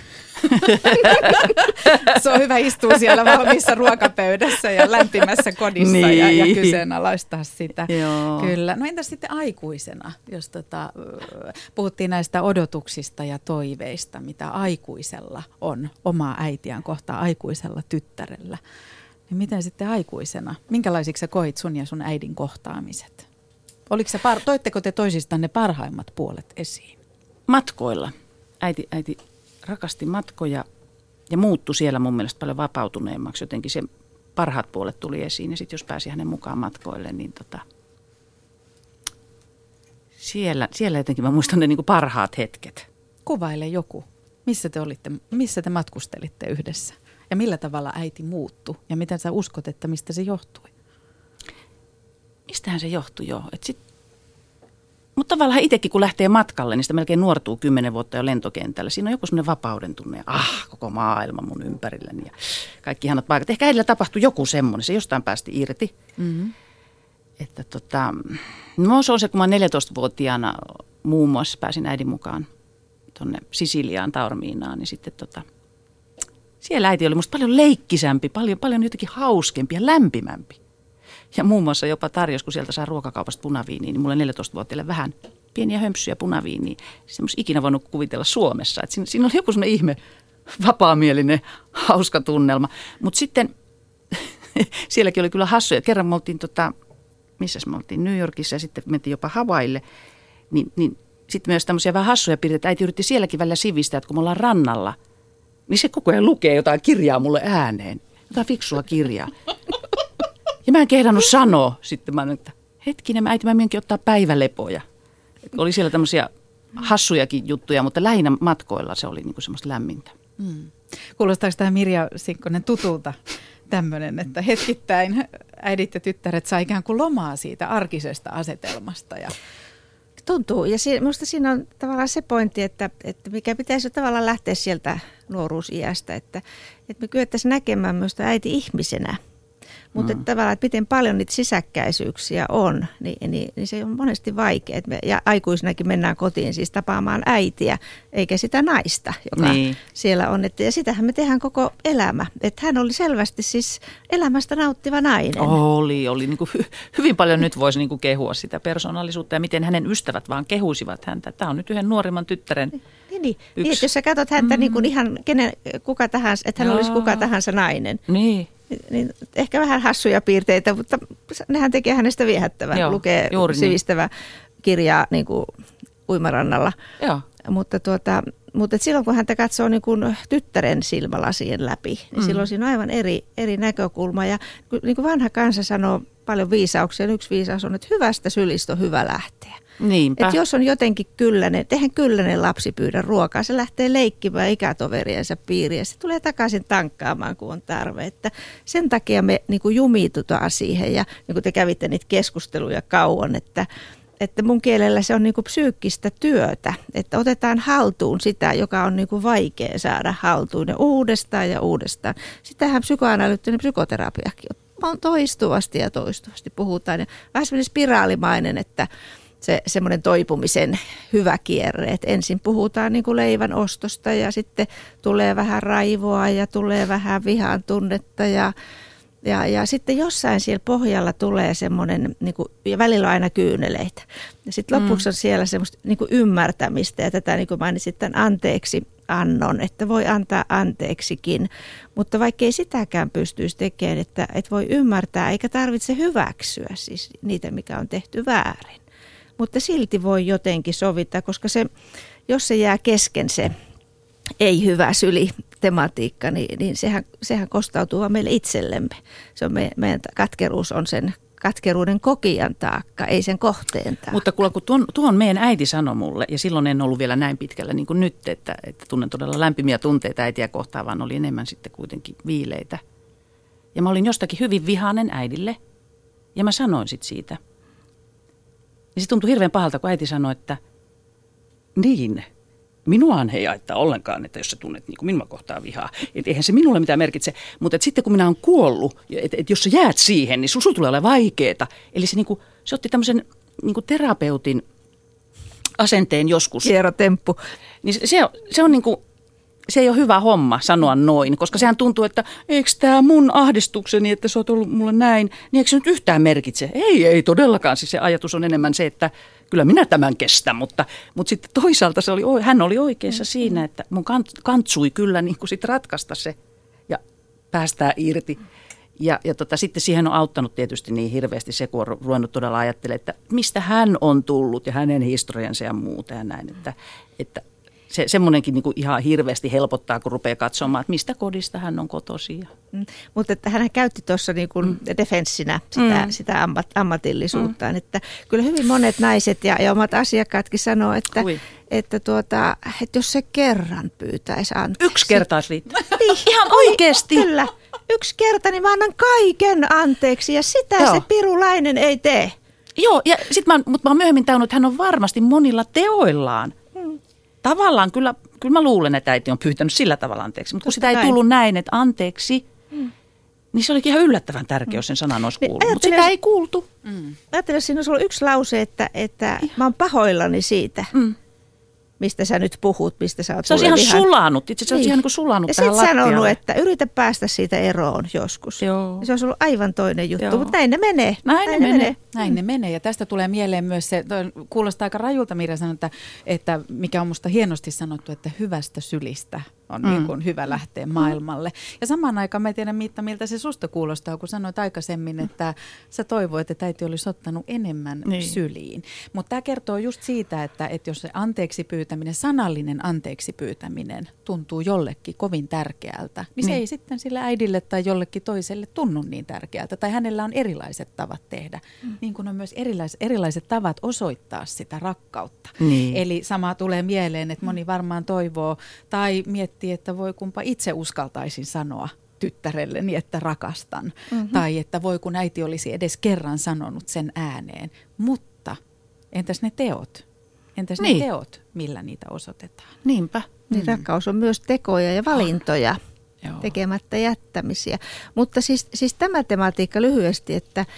Se on hyvä istua siellä valmiissa ruokapöydässä ja lämpimässä kodissa niin. ja kyseenalaistaa sitä. Joo. Kyllä. No entäs sitten aikuisena, jos puhuttiin näistä odotuksista ja toiveista, mitä aikuisella on omaa äitiään kohtaan, aikuisella tyttärellä. Niin miten sitten aikuisena? Minkälaisiksi sä koit sun ja sun äidin kohtaamiset? Toitteko te toisistanne parhaimmat puolet esiin? Matkoilla. Äiti rakasti matkoja ja muuttui siellä mun mielestä paljon vapautuneemmaksi. Jotenkin se parhaat puolet tuli esiin ja sitten jos pääsi hänen mukaan matkoille, niin siellä jotenkin mä muistan ne niin kuin parhaat hetket. Kuvaile joku. Missä te matkustelitte yhdessä? Ja millä tavalla äiti muuttui? Ja mitä sä uskot, että mistä se johtui? Mistähän se johtui jo? Mutta tavallaan itsekin kun lähtee matkalle, niin sitä melkein nuortuu 10 vuotta jo lentokentällä. Siinä on joku semmoinen vapauden tunne. Koko maailma mun ympärilläni ja kaikki ihanat paikat. Ehkä äidillä tapahtui joku semmoinen. Se jostain päästi irti. Mm-hmm. Että se on se, kun mä 14-vuotiaana muun muassa pääsin äidin mukaan tuonne Sisiliaan, Taorminaan, niin sitten siellä äiti oli musta paljon leikkisämpi, paljon jotenkin hauskempi ja lämpimämpi. Ja muun muassa jopa tarjosi, kun sieltä saa ruokakaupasta punaviiniä, niin mulle 14-vuotiaille vähän pieniä hömpsyjä punaviiniä. Se olisi ikinä voinut kuvitella Suomessa. Että siinä oli joku semmoinen ihme, vapaamielinen, hauska tunnelma. Mutta sitten sielläkin oli kyllä hassuja. Kerran me oltiin, missäs me oltiin, New Yorkissa ja sitten mentiin jopa Havaille. Niin sitten myös tämmöisiä vähän hassuja piirteitä. Äiti yritti sielläkin välillä sivistää, että kun me ollaan rannalla, niin se koko ajan lukee jotain kirjaa mulle ääneen. Jotain fiksua kirjaa. Ja mä en kehdannut sanoa. Sitten mä että hetkinen, äiti, mä minäkin ottaa päivälepoja. Oli siellä tämmöisiä hassujakin juttuja, mutta lähinnä matkoilla se oli niinku semmoista lämmintä. Kuulostaako tämä Mirja Sinkkonen tutulta tämmöinen, että hetkittäin äidit ja tyttäret saa ikään kuin lomaa siitä arkisesta asetelmasta? Tuntuu. Ja minusta siinä on tavallaan se pointti, että mikä pitäisi tavallaan lähteä sieltä nuoruusiästä, että me kyettäisiin näkemään myös äiti ihmisenä. Mutta tavallaan, että miten paljon niitä sisäkkäisyyksiä on, niin se on monesti vaikea. Ja aikuisinakin mennään kotiin siis tapaamaan äitiä, eikä sitä naista, joka siellä on. Ja sitähän me tehdään koko elämä. Että hän oli selvästi siis elämästä nauttiva nainen. Oli. Niin kuin hyvin paljon nyt voisi niin kuin kehua sitä persoonallisuutta ja miten hänen ystävät vaan kehuisivat häntä. Tämä on nyt yhden nuorimman tyttären Niin, että jos sä katsot häntä niin kuin ihan kuka tahansa, että hän olisi kuka tahansa nainen. Niin ehkä vähän hassuja piirteitä, mutta nehän tekee hänestä viehättävän. Lukee sivistävä kirjaa niin kuin uimarannalla. Joo. Mutta silloin kun häntä katsoo niin kuin tyttären silmälasien läpi, niin silloin siinä on aivan eri näkökulma. Ja niin kuin vanha kansa sanoo paljon viisauksia, yksi viisaus on, että hyvästä sylistä on hyvä lähteä. Että jos on jotenkin eihän kylläinen lapsi pyydä ruokaa, se lähtee leikkimään ikätoveriensa piiriin ja se tulee takaisin tankkaamaan, kun on tarve. Että sen takia me niin kuin jumiitutaan siihen ja niin kuin te kävitte niitä keskusteluja kauan, että mun kielellä se on niin kuin psyykkistä työtä, että otetaan haltuun sitä, joka on niin kuin vaikea saada haltuun ja uudestaan. Sitähän psykoanalyyttinen psykoterapiakin on toistuvasti puhutaan ja vähän semmoinen spiraalimainen, että se semmoinen toipumisen hyvä kierre, että ensin puhutaan niin kuin leivän ostosta ja sitten tulee vähän raivoa ja tulee vähän vihan tunnetta ja Ja sitten jossain siellä pohjalla tulee semmoinen, ja välillä on aina kyyneleitä. Ja sitten lopuksi on siellä semmoista ymmärtämistä ja tätä, niin kuin mainitsit, tämän anteeksi annon, että voi antaa anteeksikin. Mutta vaikka ei sitäkään pystyisi tekemään, että voi ymmärtää eikä tarvitse hyväksyä siis niitä, mikä on tehty väärin. Mutta silti voi jotenkin sovittaa, koska jos se jää kesken se ei hyvä syli tematiikka, niin sehän kostautuu vaan meille itsellemme. Se on meidän katkeruus on sen katkeruuden kokijan taakka, ei sen kohteen taakka. Mutta kun tuon meidän äiti sanoi mulle, ja silloin en ollut vielä näin pitkällä niin kuin nyt, että tunnen todella lämpimiä tunteita äitiä kohtaan, vaan oli enemmän sitten kuitenkin viileitä. Ja mä olin jostakin hyvin vihainen äidille, ja mä sanoin sitten siitä. Ja se tuntui hirveän pahalta, kun äiti sanoi, että niin, minuaan ei haittaa ollenkaan, että jos sä tunnet niin kuin minua kohtaan vihaa. Että eihän se minulle mitään merkitse, mutta että sitten kun minä olen kuollut, että jos sä jäät siihen, niin sulla tulee olemaan vaikeeta. Eli se otti tämmöisen niin kuin terapeutin asenteen joskus. Kierrotemppu. Niin se on niin kuin, se ei ole hyvä homma sanoa noin, koska sehän tuntuu, että eikö tämä mun ahdistukseni, että sä oot ollut mulle näin, niin eikö se nyt yhtään merkitse? Ei todellakaan. Siis se ajatus on enemmän se, että kyllä minä tämän kestän, mutta sitten toisaalta hän oli oikeassa siinä, että mun kantsui kyllä niin kuin sit ratkaista se ja päästää irti. Ja sitten siihen on auttanut tietysti niin hirveästi se, kun on ruvennut todella ajattelemaan, että mistä hän on tullut ja hänen historiansa ja muuta ja näin, että semmoinenkin niin kuin ihan hirveästi helpottaa, kun rupeaa katsomaan, että mistä kodista hän on kotoisin. Mutta että hän käytti tuossa niin kuin defenssinä sitä ammatillisuuttaan. Että kyllä hyvin monet naiset ja omat asiakkaatkin sanoo, että jos se kerran pyytäisi anteeksi. Yksi kerta olisi riittää. Ihan oikeasti. Kyllä. Yksi kerta, niin mä annan kaiken anteeksi ja sitä se pirulainen ei tee. Joo, mutta mä oon myöhemmin tajunnut, että hän on varmasti monilla teoillaan. Tavallaan kyllä mä luulen, että äiti on pyytänyt sillä tavalla anteeksi, mutta kun sitä ei tullut näin, että anteeksi, niin se olikin ihan yllättävän tärkeä, jos sen sanan olisi kuullut, mutta sitä ei kuultu. Ajattelin, jos siinä olisi ollut yksi lause, että mä oon pahoillani siitä, mistä sä nyt puhut, mistä sä oot se olisi ihan sulanut, itse asiassa olisi ihan niin kuin sulanut tähän lattialle. Ja sitten sanonut, että yritä päästä siitä eroon joskus. Joo. Se olisi ollut aivan toinen juttu, mutta näin ne menee. Näin ne menee. Ja tästä tulee mieleen myös se, kuulostaa aika rajulta, Mirja sanoi, että mikä on musta hienosti sanottu, että hyvästä sylistä on niin kuin hyvä lähteä maailmalle. Ja samaan aikaan mä tiedän, Miitta, miltä se susta kuulostaa, kun sanoit aikaisemmin, että sä toivoit, että äiti olisi ottanut enemmän syliin. Mutta tämä kertoo just siitä, että jos se anteeksi pyytäminen, sanallinen anteeksi pyytäminen tuntuu jollekin kovin tärkeältä, niin se ei sitten sille äidille tai jollekin toiselle tunnu niin tärkeältä. Tai hänellä on erilaiset tavat tehdä, niin kuin on myös erilaiset tavat osoittaa sitä rakkautta. Eli sama tulee mieleen, että moni varmaan toivoo tai miettii, että voi kumpa itse uskaltaisin sanoa tyttärelleni, että rakastan. Tai että voi kun äiti olisi edes kerran sanonut sen ääneen. Mutta entäs ne teot? Entäs ne teot, millä niitä osoitetaan? Niinpä. Niin rakkaus on myös tekoja ja valintoja, tekemättä jättämisiä. Mutta siis tämä tematiikka lyhyesti,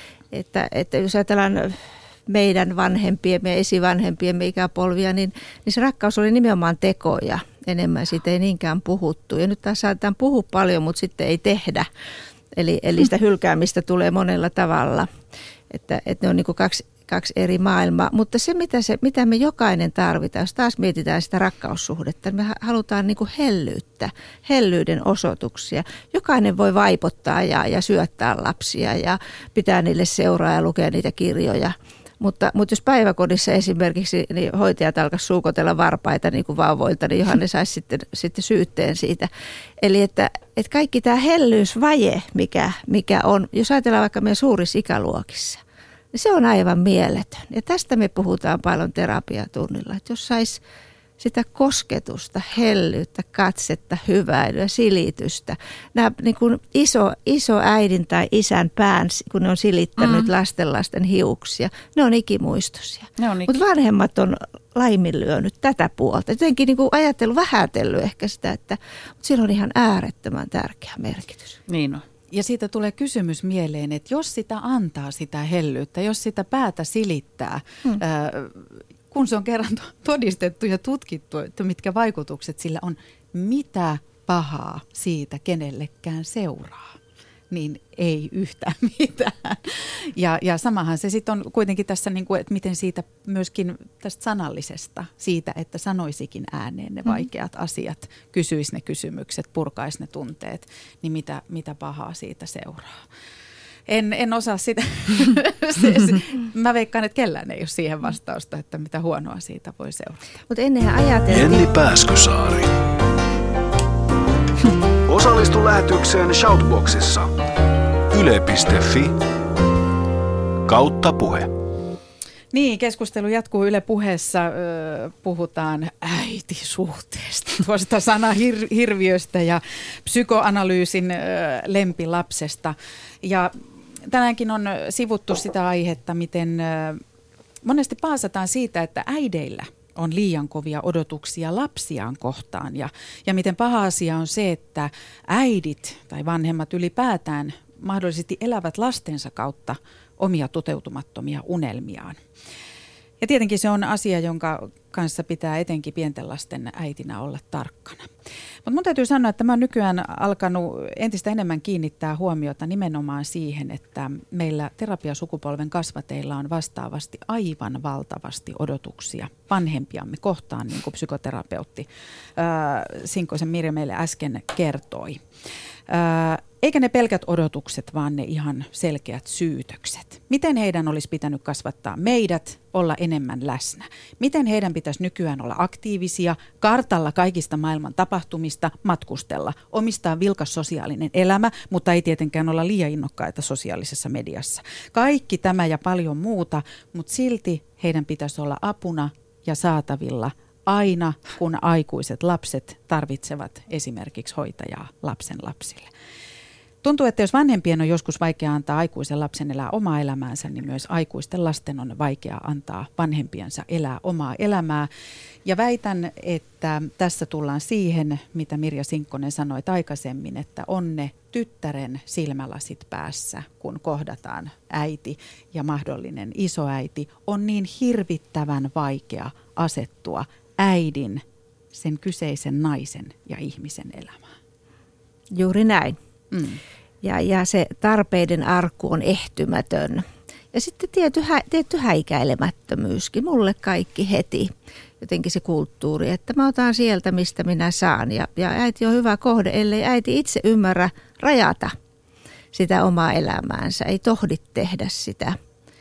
että jos ajatellaan meidän vanhempiemme ja esivanhempiemme ikäpolvia, niin se rakkaus oli nimenomaan tekoja enemmän. Siitä ei niinkään puhuttu. Ja nyt taas saatetaan puhua paljon, mutta sitten ei tehdä. Eli sitä hylkäämistä tulee monella tavalla. Että ne on niin kuin kaksi eri maailmaa. Mutta se, mitä me jokainen tarvitaan, jos taas mietitään sitä rakkaussuhdetta, niin me halutaan niin kuin hellyyden osoituksia. Jokainen voi vaipottaa ja syöttää lapsia ja pitää niille seuraa ja lukea niitä kirjoja. Mutta jos päiväkodissa esimerkiksi niin hoitajat alkaisivat suukotella varpaita niin kuin vauvoilta, niin Johanne saisi sitten syytteen siitä. Eli että kaikki tämä hellyysvaje, mikä on, jos ajatellaan vaikka meidän suurissa ikäluokissa, niin se on aivan mieletön. Ja tästä me puhutaan paljon terapiatunnilla, että jos saisi sitä kosketusta, hellyyttä, katsetta, hyväilyä, silitystä. Nämä niin kuin iso äidin tai isän pään, kun ne on silittänyt lasten hiuksia, ne on ikimuistoisia. Mutta vanhemmat on laiminlyönyt tätä puolta. Jotenkin niin kuin vähätellyt ehkä sitä, mutta sillä on ihan äärettömän tärkeä merkitys. Niin on. Ja siitä tulee kysymys mieleen, että jos sitä antaa sitä hellyyttä, jos sitä päätä silittää, kun se on kerran todistettu ja tutkittu, että mitkä vaikutukset sillä on, mitä pahaa siitä kenellekään seuraa. niin ei yhtään mitään. Ja samahan se sitten on kuitenkin tässä, niin kuin, että miten siitä myöskin tästä sanallisesta, siitä, että sanoisikin ääneen ne vaikeat asiat, kysyisi ne kysymykset, purkaisi ne tunteet, niin mitä pahaa siitä seuraa. En osaa sitä. Mä veikkaan, että kellään ei ole siihen vastausta, että mitä huonoa siitä voi seurata. Mutta ennenhän ajateltiin... Jenni Pääskysaari. Osallistu lähetykseen Shoutboxissa. yle.fi/puhe. Niin, keskustelu jatkuu Yle Puheessa. Puhutaan äitisuhteesta, tuosta sanahirviöstä ja psykoanalyysin lempilapsesta. Ja tänäänkin on sivuttu sitä aihetta, miten monesti paasataan siitä, että äideillä on liian kovia odotuksia lapsiaan kohtaan. Ja miten paha asia on se, että äidit tai vanhemmat ylipäätään mahdollisesti elävät lastensa kautta omia toteutumattomia unelmiaan. Ja tietenkin se on asia, jonka kanssa pitää etenkin pienten lasten äitinä olla tarkkana. Mutta mun täytyy sanoa, että mä oon nykyään alkanut entistä enemmän kiinnittää huomiota nimenomaan siihen, että meillä terapiasukupolven kasvateilla on vastaavasti aivan valtavasti odotuksia vanhempiamme kohtaan, niin kuin psykoterapeutti Sinkkosen Mirja meille äsken kertoi. Eikä ne pelkät odotukset, vaan ne ihan selkeät syytökset. Miten heidän olisi pitänyt kasvattaa meidät, olla enemmän läsnä? Miten heidän pitäisi nykyään olla aktiivisia, kartalla kaikista maailman tapahtumista, matkustella, omistaa vilkas sosiaalinen elämä, mutta ei tietenkään olla liian innokkaita sosiaalisessa mediassa. Kaikki tämä ja paljon muuta, mutta silti heidän pitäisi olla apuna ja saatavilla aina, kun aikuiset lapset tarvitsevat esimerkiksi hoitajaa lapsen lapsille. Tuntuu, että jos vanhempien on joskus vaikea antaa aikuisen lapsen elää omaa elämäänsä, niin myös aikuisten lasten on vaikea antaa vanhempiensa elää omaa elämää. Ja väitän, että tässä tullaan siihen, mitä Mirja Sinkkonen sanoi aikaisemmin, että on ne tyttären silmälasit päässä, kun kohdataan äiti ja mahdollinen isoäiti. On niin hirvittävän vaikea asettua äidin, sen kyseisen naisen ja ihmisen elämään. Juuri näin. Ja se tarpeiden arkku on ehtymätön. Ja sitten tietty häikäilemättömyyskin. Mulle kaikki heti. Jotenkin se kulttuuri, että mä otan sieltä, mistä minä saan. Ja äiti on hyvä kohde, ellei äiti itse ymmärrä rajata sitä omaa elämäänsä. Ei tohdi tehdä sitä.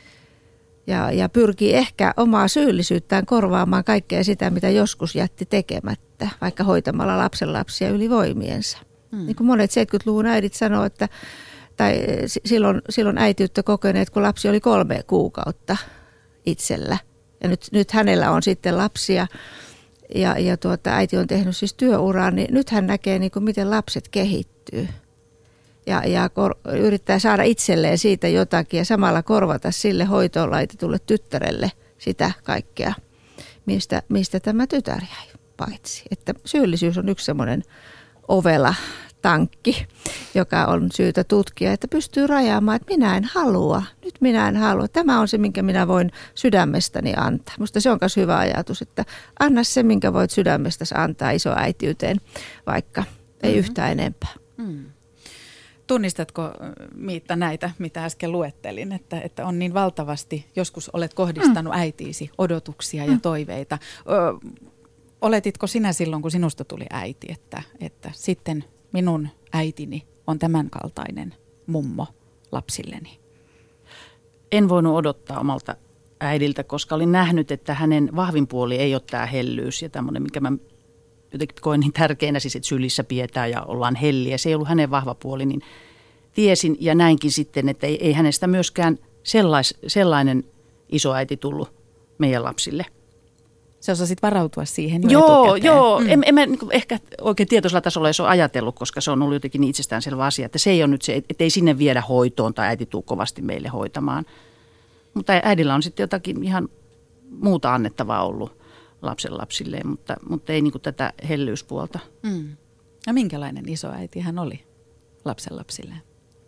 Ja pyrkii ehkä omaa syyllisyyttään korvaamaan kaikkea sitä, mitä joskus jätti tekemättä, vaikka hoitamalla lapsenlapsia yli voimiensa. Niin kuin monet 70-luvun äidit sanoo, että tai silloin äitiyttä kokeneet, kun lapsi oli 3 kuukautta itsellä. Ja nyt hänellä on sitten lapsia ja äiti on tehnyt siis työuraa, niin nyt hän näkee, niin kuin, miten lapset kehittyy. Ja yrittää saada itselleen siitä jotakin ja samalla korvata sille hoitoon laitetulle tyttärelle sitä kaikkea, mistä tämä tytär jäi paitsi. Että syyllisyys on yksi semmoinen ovela tankki, joka on syytä tutkia, että pystyy rajaamaan, että minä en halua. Nyt minä en halua. Tämä on se, minkä minä voin sydämestäni antaa. Minusta se on myös hyvä ajatus, että anna se, minkä voit sydämestäsi antaa isoäitiyteen, vaikka ei yhtään enempää. Tunnistatko, Miitta, näitä, mitä äsken luettelin, että on niin valtavasti, joskus olet kohdistanut äitiisi odotuksia ja toiveita. Oletitko sinä silloin, kun sinusta tuli äiti, että sitten minun äitini on tämän kaltainen mummo lapsilleni? En voinut odottaa omalta äidiltä, koska olin nähnyt, että hänen vahvin puoli ei ole tämä hellyys ja tämmöinen, mikä mä jotenkin koen niin tärkeänä, siis että sylissä pidetään ja ollaan helliä. Se ei ollut hänen vahva puoli, niin tiesin ja näinkin sitten, että ei hänestä myöskään sellainen isoäiti tullut meidän lapsille. Sä osasit varautua siihen jo etukäteen. Joo. En mä ehkä oikein tietoisella tasolla edes ole ajatellut, koska se on ollut jotenkin niin itsestäänselvä asia, että se ei ole nyt se, että ei sinne viedä hoitoon tai äiti tuu kovasti meille hoitamaan. Mutta äidillä on sitten jotakin ihan muuta annettavaa ollut lapsilleen, mutta ei niin kuin tätä hellyyspuolta. Ja minkälainen isoäiti hän oli lapsilleen?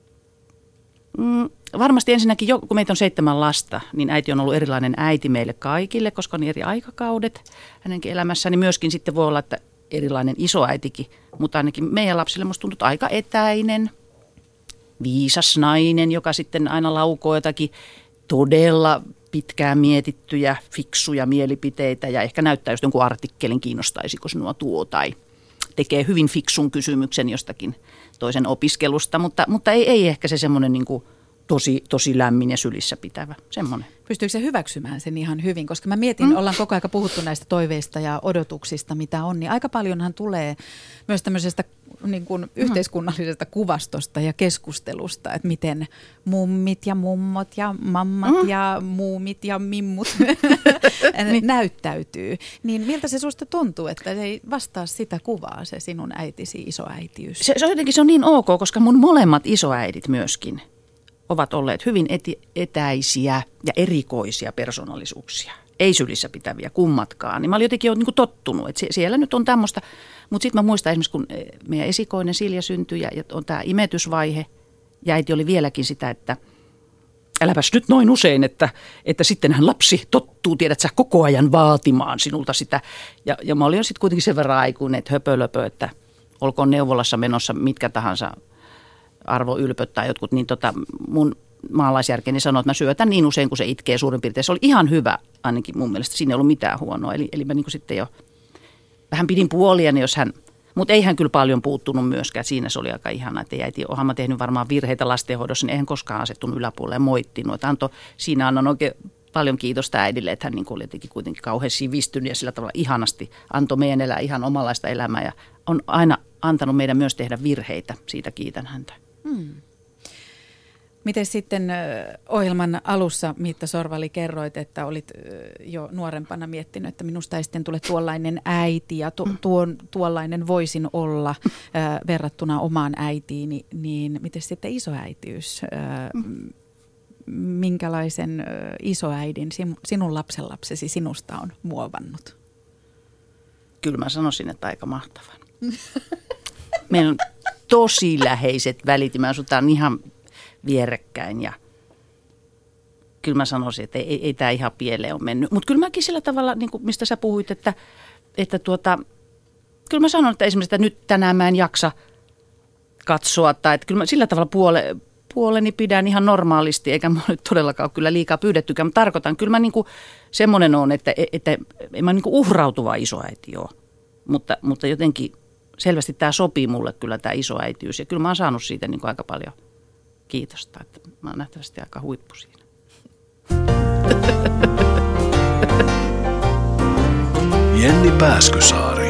Varmasti ensinnäkin, kun meitä on 7 lasta, niin äiti on ollut erilainen äiti meille kaikille, koska on eri aikakaudet hänenkin elämässään. Niin myöskin sitten voi olla, että erilainen isoäitikin, mutta ainakin meidän lapsille musta tuntuu aika etäinen, viisas nainen, joka sitten aina laukoo jotakin todella pitkään mietittyjä, fiksuja mielipiteitä ja ehkä näyttää just jonkun artikkelin, kiinnostaisiko sinua tuo, tai tekee hyvin fiksun kysymyksen jostakin toisen opiskelusta, mutta ei ehkä se semmoinen niin kuin tosi lämmin ja sylissä pitävä semmoinen. Pystyykö se hyväksymään sen ihan hyvin? Koska mä mietin, ollaan koko ajan puhuttu näistä toiveista ja odotuksista, mitä on, niin aika paljonhan tulee myös tämmöisestä niin kuin yhteiskunnallisesta kuvastosta ja keskustelusta, että miten mummit ja mummot ja mammat ja muumit ja mimmut näyttäytyy. Niin miltä se susta tuntuu, että se ei vastaa sitä kuvaa, se sinun äitisi isoäitiys? Se on jotenkin se on niin ok, koska mun molemmat isoäidit myöskin ovat olleet hyvin etäisiä ja erikoisia persoonallisuuksia. Ei sylissä pitäviä kummatkaan. Niin mä olin jotenkin jo niin kuin tottunut, että siellä nyt on tämmöistä. Mutta sitten mä muistan esimerkiksi, kun meidän esikoinen Silja syntyi ja on tämä imetysvaihe. Ja äiti oli vieläkin sitä, että äläpäs nyt noin usein, että sittenhän lapsi tottuu, tiedät sä, koko ajan vaatimaan sinulta sitä. Ja mä olin jo sitten kuitenkin sen verran aikuinen, että höpölöpö, että olkoon neuvolassa menossa mitkä tahansa arvoylpöt tai jotkut, niin mun maalaisjärkeni sanoi, että mä syötän niin usein, kun se itkee suurin piirtein. Se oli ihan hyvä, ainakin mun mielestä. Siinä ei ollut mitään huonoa. Eli mä niin kuin sitten jo vähän pidin puoliani, mutta ei hän kyllä paljon puuttunut myöskään. Siinä se oli aika ihana, että äiti, oonhan mä tehnyt varmaan virheitä lastenhoidossa, niin eihän koskaan asettunut yläpuolelle ja moittinut. Siinä annan oikein paljon kiitosta äidille, että hän niin kuin oli jotenkin kuitenkin kauhean sivistynyt ja sillä tavalla ihanasti antoi meidän elää ihan omanlaista elämää ja on aina antanut meidän myös tehdä virheitä. Siitä kiitän häntä. Miten sitten ohjelman alussa, Miitta Sorvali, kerroit, että olit jo nuorempana miettinyt, että minusta ei sitten tule tuollainen äiti ja tuollainen voisin olla verrattuna omaan äitiini, niin miten sitten isoäitiys? Minkälaisen isoäidin sinun lapsenlapsesi sinusta on muovannut? Kyllä mä sanoisin, että aika mahtavan. Meillä on tosi läheiset välit ja me asutaan ihan vierekkäin ja kyllä mä sanoisin, että ei tämä ihan pieleen ole mennyt. Mutta kyllä mäkin sillä tavalla, niin kuin mistä sä puhuit, että kyllä mä sanon, että esimerkiksi että nyt tänään mä en jaksa katsoa tai että kyllä mä sillä tavalla puoleni pidän ihan normaalisti, eikä mä nyt todellakaan ole kyllä liikaa pyydettykään, mutta tarkoitan, kyllä mä niin kuin semmoinen on, että en mä niin kuin uhrautuva isoäiti ole, mutta jotenkin selvästi tämä sopii mulle kyllä tämä isoäitiys ja kyllä mä oon saanut siitä niin kuin aika paljon kiitosta, että mä oon nähtävästi aika huippu siinä. Jenni Pääskysaari.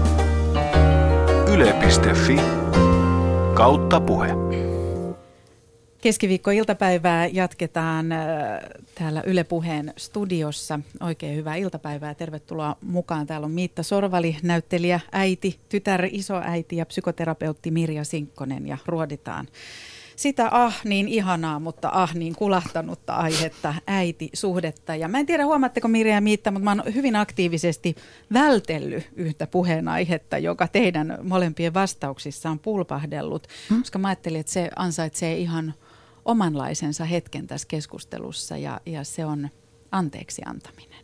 Yle.fi/puhe. Keskiviikko-iltapäivää jatketaan täällä Yle Puheen studiossa. Oikein hyvää iltapäivää. Tervetuloa mukaan. Täällä on Miitta Sorvali, näyttelijä, äiti, tytär, isoäiti ja psykoterapeutti Mirja Sinkkonen ja ruoditaan sitä niin ihanaa, mutta niin kulahtanutta aihetta, äitisuhdetta. Ja mä en tiedä, huomaatteko Mirja ja Miitta, mutta mä oon hyvin aktiivisesti vältellyt yhtä puheenaihetta, joka teidän molempien vastauksissa on pulpahdellut, koska mä ajattelin, että se ansaitsee ihan omanlaisensa hetken tässä keskustelussa ja se on anteeksi antaminen.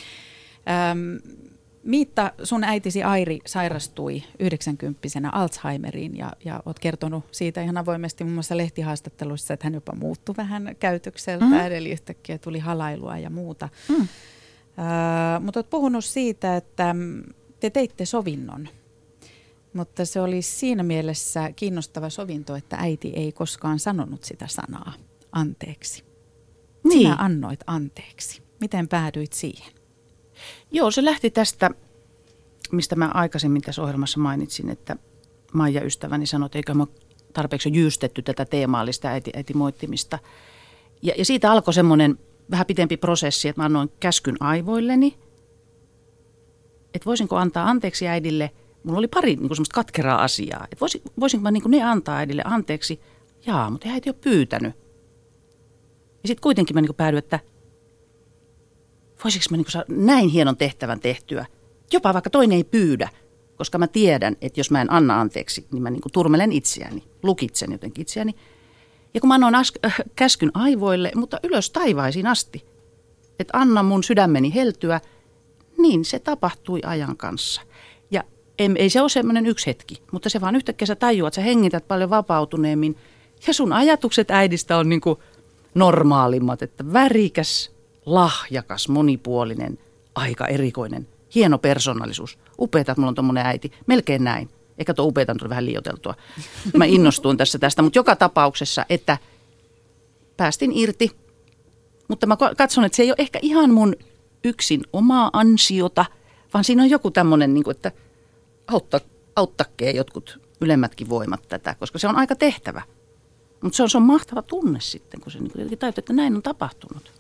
Miitta, sun äitisi Airi sairastui 90-vuotiaana Alzheimeriin ja oot kertonut siitä ihan avoimesti muun muassa lehtihaastatteluissa, että hän jopa muuttui vähän käytökseltään, eli yhtäkkiä tuli halailua ja muuta. Mutta oot puhunut siitä, että te teitte sovinnon, mutta se oli siinä mielessä kiinnostava sovinto, että äiti ei koskaan sanonut sitä sanaa anteeksi. Niin. Sinä annoit anteeksi. Miten päädyit siihen? Joo, se lähti tästä, mistä mä aikaisemmin tässä ohjelmassa mainitsin, että Maija ystäväni sanoi, että eikö mä tarpeeksi jyystetty tätä teemallista äitimoittimista. Ja siitä alkoi semmoinen vähän pitempi prosessi, että mä annoin käskyn aivoilleni, että voisinko antaa anteeksi äidille. Mulla oli pari niin kuin semmoista katkeraa asiaa, että voisinko mä niin kuin ne antaa äidille anteeksi. Jaa, mutta äiti ei ole pyytänyt. Ja sitten kuitenkin mä niin kuin päädyin, että voisiko mä niin kuin saada näin hienon tehtävän tehtyä, jopa vaikka toinen ei pyydä, koska mä tiedän, että jos mä en anna anteeksi, niin mä niin kuin turmelen itseäni, lukitsen jotenkin itseäni. Ja kun mä annoin käskyn aivoille, mutta ylös taivaisiin asti, että anna mun sydämeni heltyä, niin se tapahtui ajan kanssa. Ei se ole semmoinen yksi hetki, mutta se vaan yhtäkkiä sä tajuat, että sä hengität paljon vapautuneemmin Ja sun ajatukset äidistä on niin kuin normaalimmat, että värikäs, lahjakas, monipuolinen, aika erikoinen, hieno persoonallisuus. Upeeta, että mulla on tommonen äiti. Melkein näin. Eikä tuo upeeta on vähän liioiteltua. Mä innostuin tästä, mutta joka tapauksessa, että päästin irti. Mutta mä katson, että se ei ole ehkä ihan mun yksin omaa ansiota, vaan siinä on joku tämmöinen, niin että auttakee jotkut ylemmätkin voimat tätä, koska se on aika tehtävä. Mutta se on mahtava tunne sitten, kun se niin tajut, että näin on tapahtunut.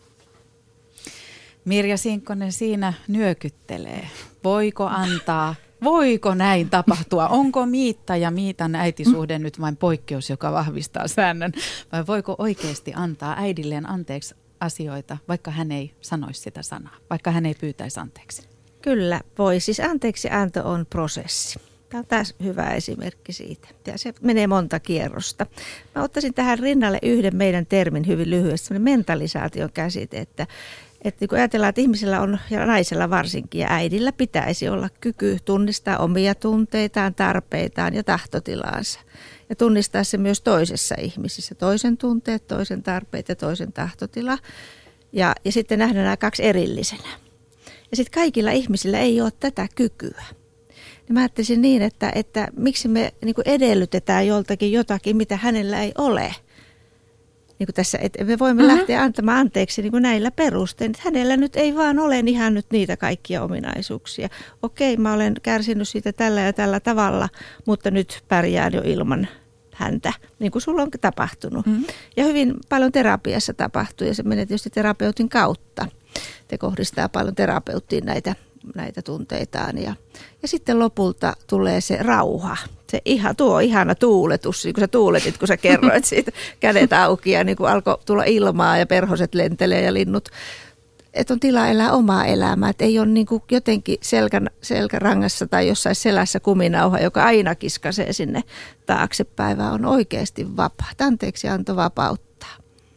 Mirja Sinkkonen siinä nyökyttelee. Voiko antaa, voiko näin tapahtua? Onko Miitta ja Miitan äitisuhde nyt vain poikkeus, joka vahvistaa säännön? Vai voiko oikeasti antaa äidilleen anteeksi asioita, vaikka hän ei sanoisi sitä sanaa, vaikka hän ei pyytäisi anteeksi? Kyllä voi. Siis anteeksianto on prosessi. Tämä on taas hyvä esimerkki siitä. Ja se menee monta kierrosta. Mä ottaisin tähän rinnalle yhden meidän termin hyvin lyhyesti, sellainen mentalisaation käsite, että kun ajatellaan, että ihmisellä on, ja naisella varsinkin, ja äidillä pitäisi olla kyky tunnistaa omia tunteitaan, tarpeitaan ja tahtotilaansa. Ja tunnistaa se myös toisessa ihmisessä, toisen tunteet, toisen tarpeet ja toisen tahtotila. Ja sitten nähdään nämä kaksi erillisenä. Ja sitten kaikilla ihmisillä ei ole tätä kykyä. Niin mä ajattelisin niin, että miksi me niin kuin edellytetään joltakin jotakin, mitä hänellä ei ole. Niin kuin tässä, että me voimme lähteä antamaan anteeksi niin kuin näillä perustein. Että hänellä nyt ei vaan ole ihan nyt niitä kaikkia ominaisuuksia. Okei, mä olen kärsinyt siitä tällä ja tällä tavalla, mutta nyt pärjään jo ilman häntä, niin kuin sulla on tapahtunut. Ja hyvin paljon terapiassa tapahtuu, ja se menee tietysti terapeutin kautta. Te kohdistaa paljon terapeuttiin näitä tunteitaan. Ja sitten lopulta tulee se rauha. Se tuo ihana tuuletus, niin kuin sä tuuletit, kun sä kerroit siitä, kädet auki ja niin kuin alkoi tulla ilmaa ja perhoset lentelee ja linnut. Että on tilaa elää omaa elämää, että ei ole niin kuin jotenkin selkärangassa tai jossain selässä kuminauha, joka aina kiskasee sinne taaksepäin, vaan on oikeasti vapaa. Anteeksianto vapauttaa.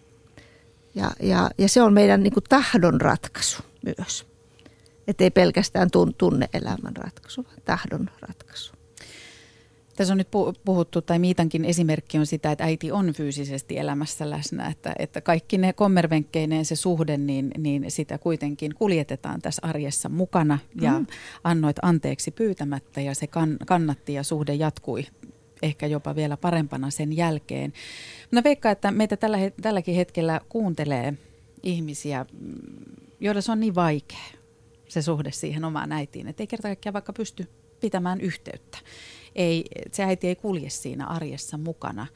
Ja se on meidän niin kuin tahdon ratkaisu myös. Että ei pelkästään tunne-elämän ratkaisu, vaan tahdon ratkaisu. Tässä on nyt puhuttu, tai Miitankin esimerkki on sitä, että äiti on fyysisesti elämässä läsnä, että kaikki ne kommervenkkeineen se suhde, niin sitä kuitenkin kuljetetaan tässä arjessa mukana ja annoit anteeksi pyytämättä ja se kannatti ja suhde jatkui ehkä jopa vielä parempana sen jälkeen. Mä veikkaan, että meitä tälläkin hetkellä kuuntelee ihmisiä, joilla se on niin vaikea se suhde siihen omaan äitiin, että ei kerta kaikkiaan vaikka pysty pitämään yhteyttä. Se äiti ei kulje siinä arjessa mukana.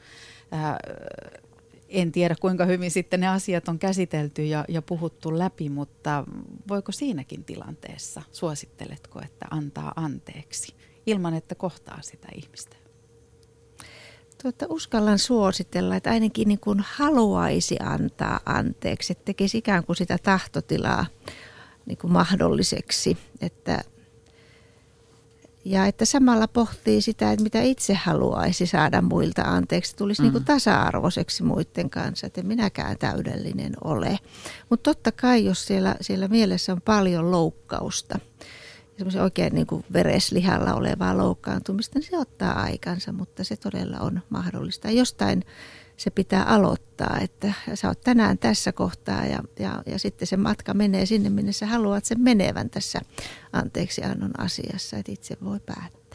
En tiedä, kuinka hyvin sitten ne asiat on käsitelty ja puhuttu läpi, mutta voiko siinäkin tilanteessa, suositteletko, että antaa anteeksi ilman, että kohtaa sitä ihmistä? Uskallan suositella, että ainakin niin kuin haluaisi antaa anteeksi, että tekisi ikään kuin sitä tahtotilaa niin kuin mahdolliseksi, että samalla pohtii sitä, että mitä itse haluaisi saada muilta anteeksi. Tulisi niin kuin tasa-arvoiseksi muiden kanssa, että minäkään täydellinen ole. Mutta totta kai, jos siellä mielessä on paljon loukkausta, semmoisen oikein niin kuin vereslihalla olevaa loukkaantumista, niin se ottaa aikansa, mutta se todella on mahdollista. Ja jostain se pitää aloittaa, että sä oot tänään tässä kohtaa ja sitten se matka menee sinne, minne sä haluat sen menevän tässä anteeksiannon asiassa, että itse voi päättää.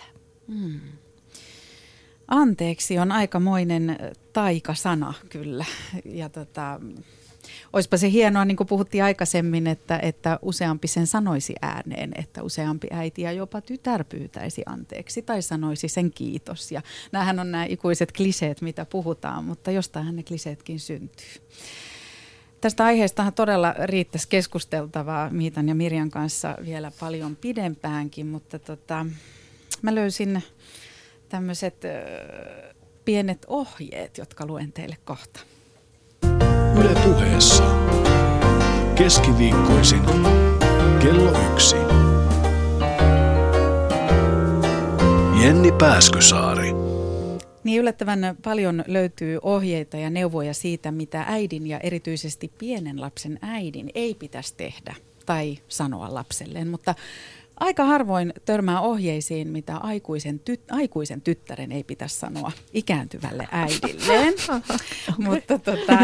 Anteeksi on aikamoinen taikasana kyllä ja olisipa se hienoa, niin kuin puhuttiin aikaisemmin, että useampi sen sanoisi ääneen, että useampi äiti ja jopa tytär pyytäisi anteeksi tai sanoisi sen kiitos. Ja näähän on nämä ikuiset kliseet, mitä puhutaan, mutta jostainhan ne kliseetkin syntyy. Tästä aiheestahan todella riittäisi keskusteltavaa Miitan ja Mirjan kanssa vielä paljon pidempäänkin, mutta mä löysin tämmöiset pienet ohjeet, jotka luen teille kohta. Yle Puheessa. Keskiviikkoisin kello 1. Jenni Pääskysaari. Niin yllättävän paljon löytyy ohjeita ja neuvoja siitä, mitä äidin ja erityisesti pienen lapsen äidin ei pitäisi tehdä tai sanoa lapselleen. Mutta Aika harvoin törmää ohjeisiin, mitä aikuisen tyttären ei pitäisi sanoa ikääntyvälle äidilleen. Mutta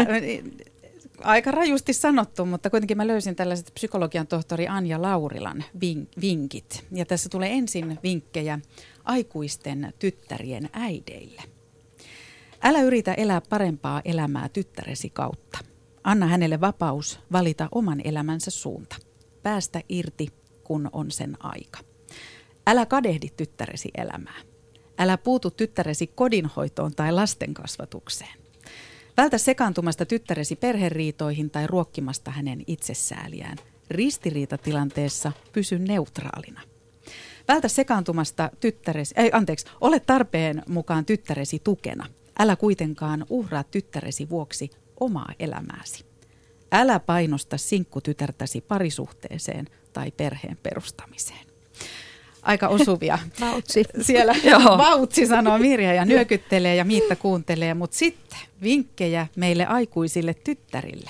aika rajusti sanottu, mutta kuitenkin mä löysin tällaiset psykologian tohtori Anja Laurilan vinkit. Ja tässä tulee ensin vinkkejä aikuisten tyttärien äideille. Älä yritä elää parempaa elämää tyttäresi kautta. Anna hänelle vapaus valita oman elämänsä suunta. Päästä irti, kun on sen aika. Älä kadehdi tyttäresi elämää. Älä puutu tyttäresi kodinhoitoon tai lastenkasvatukseen. Vältä sekaantumasta tyttäresi perheriitoihin tai ruokkimasta hänen itsesääliään. Ristiriitatilanteessa pysy neutraalina. Vältä sekaantumasta ole tarpeen mukaan tyttäresi tukena. Älä kuitenkaan uhraa tyttäresi vuoksi omaa elämääsi. Älä painosta sinkkutytärtäsi parisuhteeseen tai perheen perustamiseen. Aika osuvia. Vautsi. Siellä vautsi sanoo Mirja ja nyökyttelee ja Miitta kuuntelee, mutta sitten vinkkejä meille aikuisille tyttärille.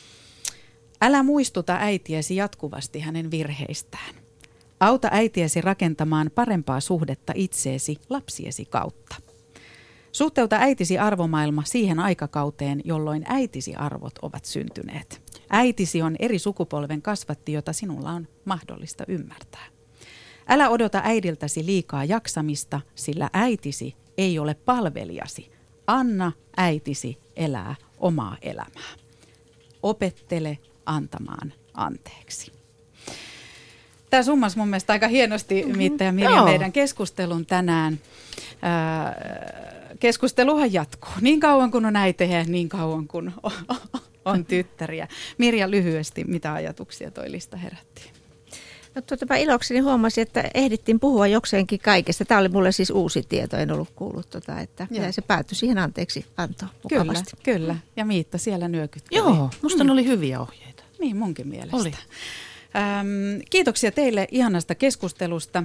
Älä muistuta äitiäsi jatkuvasti hänen virheistään. Auta äitiäsi rakentamaan parempaa suhdetta itseesi lapsiesi kautta. Suhteuta äitisi arvomaailma siihen aikakauteen, jolloin äitisi arvot ovat syntyneet. Äitisi on eri sukupolven kasvatti, jota sinulla on mahdollista ymmärtää. Älä odota äidiltäsi liikaa jaksamista, sillä äitisi ei ole palvelijasi. Anna äitisi elää omaa elämää. Opettele antamaan anteeksi. Tämä summasi mun mielestä aika hienosti, Miitta ja Mirja, meidän keskustelun tänään. Keskusteluhan jatkuu niin kauan kuin on äitejä, niin kauan kuin on tyttäriä. Mirja, lyhyesti, mitä ajatuksia toi lista herätti? No, mä ilokseni huomasin, että ehdittiin puhua jokseenkin kaikesta. Tämä oli mulle siis uusi tieto, en ollut kuullut että se päätyi siihen anteeksi antoon mukavasti. Kyllä. Ja Miitta siellä nyökytteli. Joo, musta ne oli hyviä ohjeita. Niin munkin mielestä. Oli. Kiitoksia teille ihanasta keskustelusta.